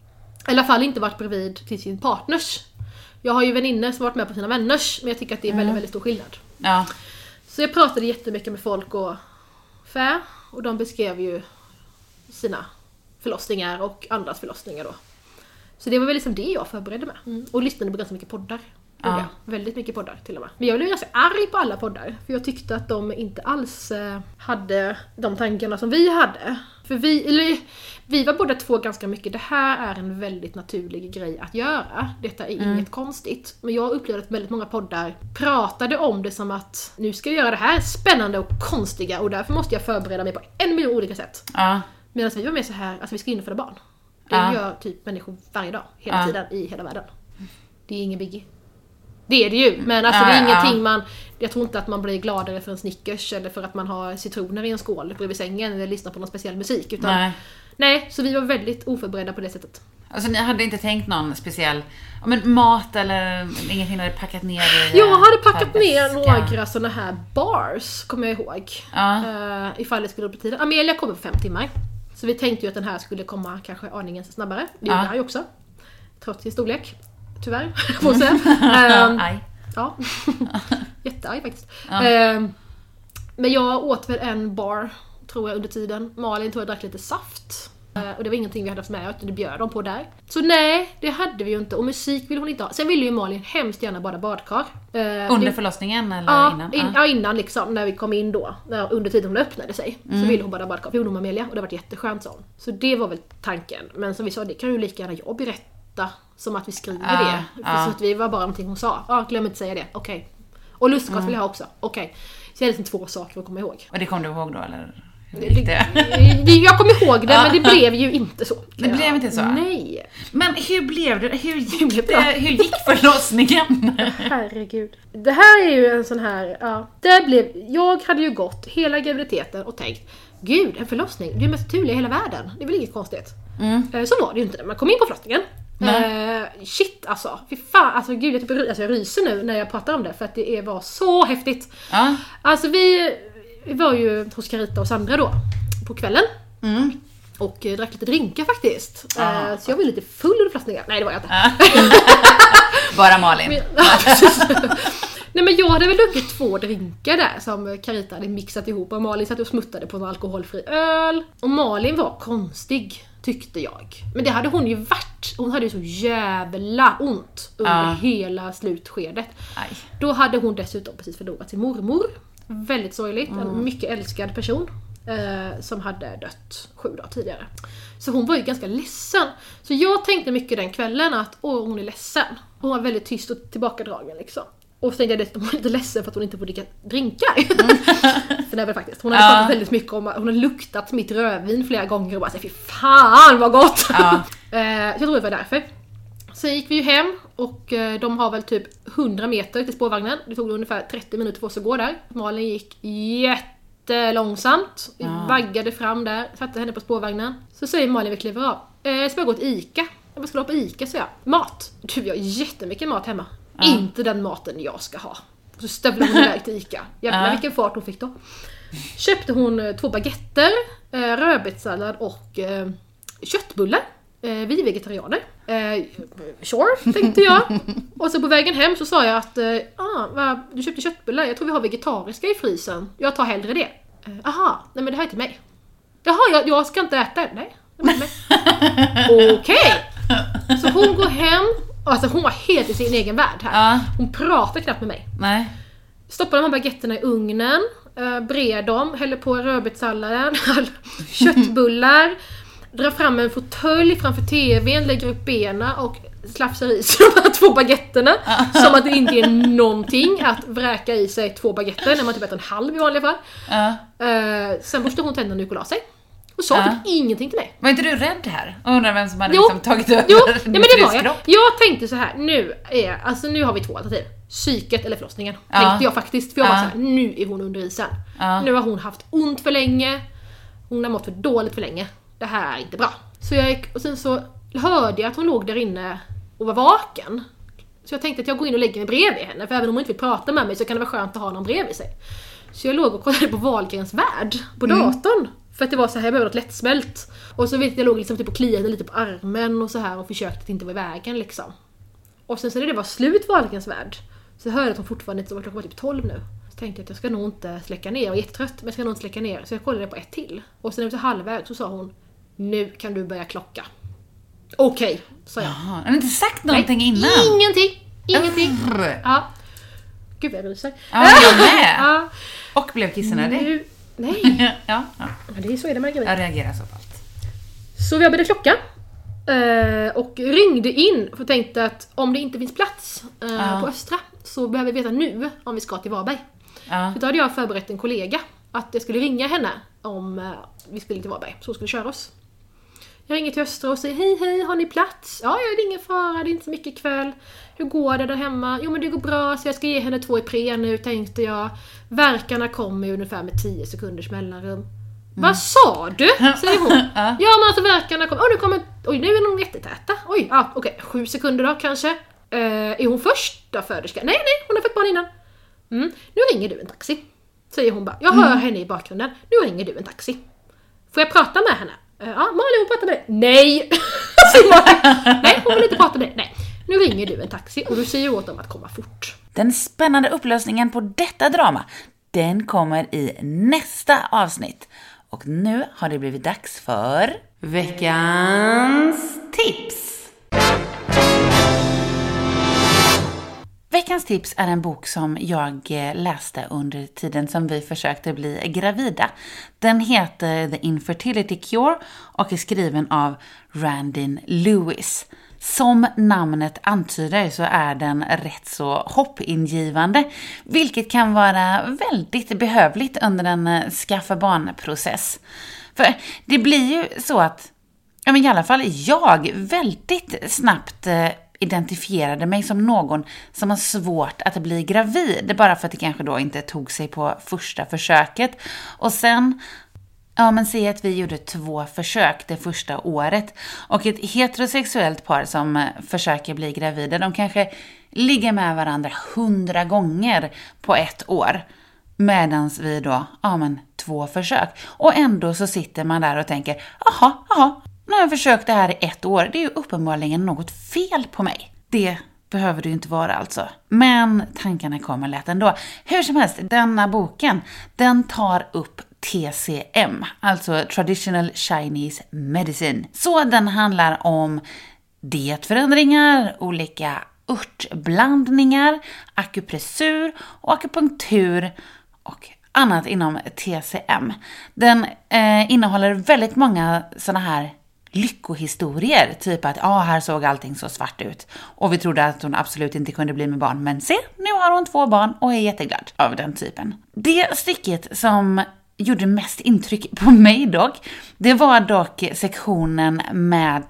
I alla fall inte varit gravid till sin partners. Jag har ju vänner som varit med på sina vänners. Men jag tycker att det är väldigt, väldigt stor skillnad. Ja. Så jag pratade jättemycket med folk och fä. Och de beskrev ju sina förlossningar och andras förlossningar då. Så det var väl liksom det jag förberedde med. Och lyssnade på ganska mycket poddar. Ja. Ja. Väldigt mycket poddar till och med. Men jag blev ganska arg på alla poddar. För jag tyckte att de inte alls eh, hade de tankarna som vi hade. För vi, eller, vi var båda två ganska mycket, det här är en väldigt naturlig grej att göra. Detta är inget konstigt. Men jag upplevde att väldigt många poddar pratade om det som att nu ska jag göra det här spännande och konstiga och därför måste jag förbereda mig på en miljon olika sätt. Ja. Medan vi var med så här, alltså vi ska införa barn. Det Ja. gör typ människor varje dag, hela Ja. tiden, i hela världen. Det är ingen biggie. Det är det ju, men alltså Ja, det är ja. ingenting man... Jag tror inte att man blir gladare för en Snickers eller för att man har citroner i en skål bredvid sängen eller lyssnar på någon speciell musik. Utan, nej. Nej. Så vi var väldigt oförberedda på det sättet. Alltså ni hade inte tänkt någon speciell ja, men mat eller ingenting ni hade packat ner i? Jag hade packat så här ner väska? några såna här bars, kommer jag ihåg. Ja. Uh, ifall det skulle bli tiden. Amelia kommer på fem timmar. Så vi tänkte ju att den här skulle komma kanske aningen snabbare. Det gjorde Ja. han ju också. Trots sin storlek. Tyvärr, får jag säga. Um, Aj. Ja, jättearg faktiskt. Ja. Ehm, men jag åt väl en bar, tror jag, under tiden. Malin tror jag drack lite saft. Eh, och det var ingenting vi hade haft med, utan det bjöd de på där. Så nej, det hade vi ju inte. Och musik ville hon inte ha. Sen ville ju Malin hemskt gärna bada badkar. Eh, Under det, förlossningen eller ja, innan? in, ja, innan liksom, när vi kom in då. När, under tiden hon öppnade sig. Mm. Så ville hon bada badkar. För gjorde hon med Amelia och det var jätteskönt så. Så det var väl tanken. Men som vi sa, det kan ju lika gärna jag berätta. Som att vi skriver Ja, det. För ja. så att vi var bara någonting hon sa. Ja, glöm inte säga det. Okej. Och lustgas Mm. vill jag ha också. Okej. Så det är liksom två saker att komma ihåg. Och det kom du ihåg då eller? Hur gick det? det, jag kommer ihåg det, men det blev ju inte så. Det blev inte så? Nej. Men hur blev det? Hur gick, det, hur gick förlossningen? Herregud. Det här är ju en sån här... Ja, det blev, jag hade ju gått hela graviditeten och tänkt, gud, en förlossning, det är mest turliga i hela världen. Det är väl inget konstigt. Mm. Så var det ju inte när man kom in på förlossningen. Uh, shit alltså, fy fan, alltså gud jag, typ, alltså, jag ryser nu när jag pratar om det för att det är, var så häftigt. uh. Alltså vi, vi var ju hos Carita och Sandra då på kvällen mm. och uh, drack lite drinkar faktiskt. uh. Uh, så jag var lite full under förlossningen. Nej, det var jag inte. uh. Bara Malin. Men, nej, men jag hade väl druckit två drinkar där som Carita hade mixat ihop och Malin satt och smuttade på en alkoholfri öl. Och Malin var konstig, tyckte jag. Men det hade hon ju varit. Hon hade ju så jävla ont under uh. hela slutskedet. Aj. Då hade hon dessutom precis förlorat sin mormor. Väldigt sorgligt. Mm. En mycket älskad person eh, som hade dött sju dagar tidigare. Så hon var ju ganska ledsen. Så jag tänkte mycket den kvällen att åh, hon är ledsen. Hon var väldigt tyst och tillbakadragen liksom. Och så tänkte jag att hon var lite ledsen för att hon inte får dricka drinkar. Mm. För det är väl faktiskt. Hon hade ja. pratat väldigt mycket om, hon har luktat mitt rödvin flera gånger och bara säger fy fan vad gott. Ja. Jag tror det var därför. Sen gick vi ju hem och de har väl typ hundra meter till spårvagnen. Det tog ungefär trettio minuter för oss att gå där. Malin gick jättelångsamt. Ja. Vaggade fram där, satte henne på spårvagnen. Så säger Malin vi kliver av. Jag ska bara gå till Ica. Jag ska gå på Ica, så jag. Mat. Du, vi har jättemycket mat hemma. Ja. Inte den maten jag ska ha. Så stövlade hon iväg till Ica. Jävlar ja. vilken fart hon fick då. Köpte hon två baguetter, rödbetssallad och eh, köttbullar. Eh, vi är vegetarianer. Eh, sure, tänkte jag. Och så på vägen hem så sa jag att eh, ah, va, du köpte köttbullar. Jag tror vi har vegetariska i frysen. Jag tar hellre det. Eh, aha, nej men det här är till mig. Jaha, jag, jag ska inte äta. Nej, det är till mig. Okej. Okay. Så hon går hem. Alltså hon var helt i sin egen värld här. Ja. Hon pratade knappt med mig. Nej. Stoppade de här baguetterna i ugnen. Uh, bred dem. Häller på rödbetssalladen. Köttbullar. Drar fram en fåtölj framför tvn. Lägger upp benen och slafsar i sig de här två baguetterna. Ja. Som att det inte är någonting att vräka i sig två baguetter. När man typ äter en halv i vanliga fall. Ja. Uh, sen borstade hon tänderna och gick och la sig. Och sa ja. ingenting till mig. Var inte du rädd här? Och undrar vem som hade liksom tagit över jo, ja, men det var jag. Jag tänkte så här, nu är, alltså nu har vi två alternativ. Psyket eller förlossningen. Ja. Tänkte jag faktiskt. För jag ja. var så här, nu är hon under isen. Ja. Nu har hon haft ont för länge. Hon har mått för dåligt för länge. Det här är inte bra. Så jag gick, och sen så hörde jag att hon låg där inne och var vaken. Så jag tänkte att jag går in och lägger mig bredvid henne. För även om hon inte vill prata med mig så kan det vara skönt att ha någon bredvid sig. Så jag låg och kollade på Wahlgrens värld på mm. datorn. För att det var så här, jag behövde något lättsmält. Och så vet jag, jag låg liksom typ och kliade lite på armen och så här och försökte att inte vara i vägen liksom. Och sen så när det var slut Wahlgrens värld så hörde jag att hon fortfarande inte, så var klockan var typ tolv nu. Så tänkte jag att jag ska nog inte släcka ner, jag var jättetrött men jag ska nog inte släcka ner. Så jag kollade på ett till. Och sen efter halvväg så sa hon, nu kan du börja klocka. Okej, okay, sa jag. Jaha, har du inte sagt någonting Nej, innan? Ingenting, ingenting. Urr. Ja. Gud vad jag rusar. Ja, jag med. Ja. Och blev kissnödig. Nu Nej. ja, ja. Det är så är det med gravid. Jag reagerar så på allt. Så jag började klocka. Och ringde in. För tänkte att om det inte finns plats ja. på Östra. Så behöver vi veta nu om vi ska till Varberg. Ja. För då hade jag förberett en kollega. Att jag skulle ringa henne om vi skulle till Varberg. Så skulle köra oss. Jag ringer till Östra och säger hej hej, har ni plats? Ja, det är ingen fara, det är inte så mycket kväll. Hur går det där hemma? Jo men det går bra, så jag ska ge henne två i pre nu, tänkte jag. Verkarna kommer ungefär med tio sekunders mellanrum. Mm. Vad sa du? Säger hon. Ja men alltså verkarna kommer, oh, nu kommer, oj nu är de jättetäta. Oj, ja okej, okay. sju sekunder då kanske. Uh, är hon första föderska? Nej nej, hon har fått barn innan. Mm. Nu ringer du en taxi. Säger hon bara, jag hör mm. henne i bakgrunden. Nu ringer du en taxi. Får jag prata med henne? Ja, Malin hon pratar med dig. Nej! Nej, hon vill inte prata med dig. Nej, nu ringer du en taxi och du säger åt dem att komma fort. Den spännande upplösningen på detta drama, den kommer i nästa avsnitt. Och nu har det blivit dags för veckans tips. Veckans tips är en bok som jag läste under tiden som vi försökte bli gravida. Den heter The Infertility Cure och är skriven av Randin Lewis. Som namnet antyder så är den rätt så hoppingivande, vilket kan vara väldigt behövligt under en skaffa barnprocess. För det blir ju så att, ja men i alla fall jag väldigt snabbt identifierade mig som någon som har svårt att bli gravid, bara för att det kanske då inte tog sig på första försöket. Och sen, ja men se att vi gjorde två försök det första året, och ett heterosexuellt par som försöker bli gravida, de kanske ligger med varandra hundra gånger på ett år, medans vi då, ja men två försök. Och ändå så sitter man där och tänker, aha, aha, nu har jag försökt det här i ett år, det är ju uppenbarligen något fel på mig. Det behöver det ju inte vara alltså. Men tankarna kommer lätt ändå. Hur som helst, denna boken, den tar upp T C M, alltså Traditional Chinese Medicine. Så den handlar om dietförändringar, olika örtblandningar, akupressur och akupunktur och annat inom T C M. Den eh, innehåller väldigt många såna här lyckohistorier, typ att ah, här såg allting så svart ut och vi trodde att hon absolut inte kunde bli med barn, men se, nu har hon två barn och är jätteglad av den typen. Det stycket som gjorde mest intryck på mig dock, det var dock sektionen med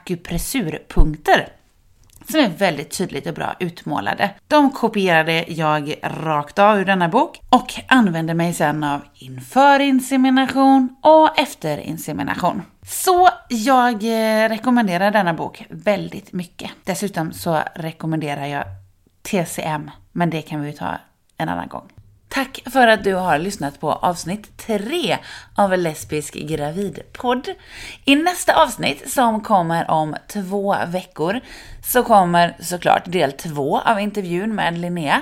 akupressurpunkter, som är väldigt tydligt och bra utmålade. De kopierade jag rakt av ur denna bok och använde mig sedan av inför insemination och efter insemination. Så jag rekommenderar denna bok väldigt mycket. Dessutom så rekommenderar jag T C M, men det kan vi ta en annan gång. Tack för att du har lyssnat på avsnitt tre av Lesbisk gravidpodd. I nästa avsnitt, som kommer om två veckor, så kommer såklart del två av intervjun med Linnea.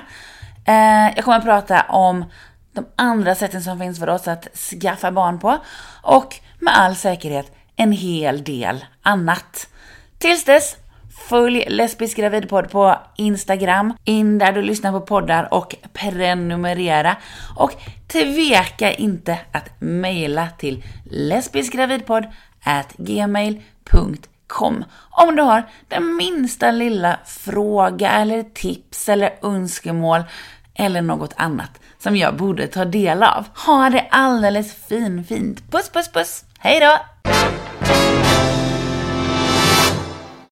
Eh, jag kommer att prata om de andra sätten som finns för oss att skaffa barn på, och med all säkerhet en hel del annat. Tills dess, följ Lesbisk gravidpodd på Instagram, in där du lyssnar på poddar, och prenumerera. Och tveka inte att mejla till lesbiskgravidpodd at gmail punkt com om du har den minsta lilla fråga eller tips eller önskemål eller något annat som jag borde ta del av. Ha det alldeles fin, fint. Puss, puss, puss. Hej då!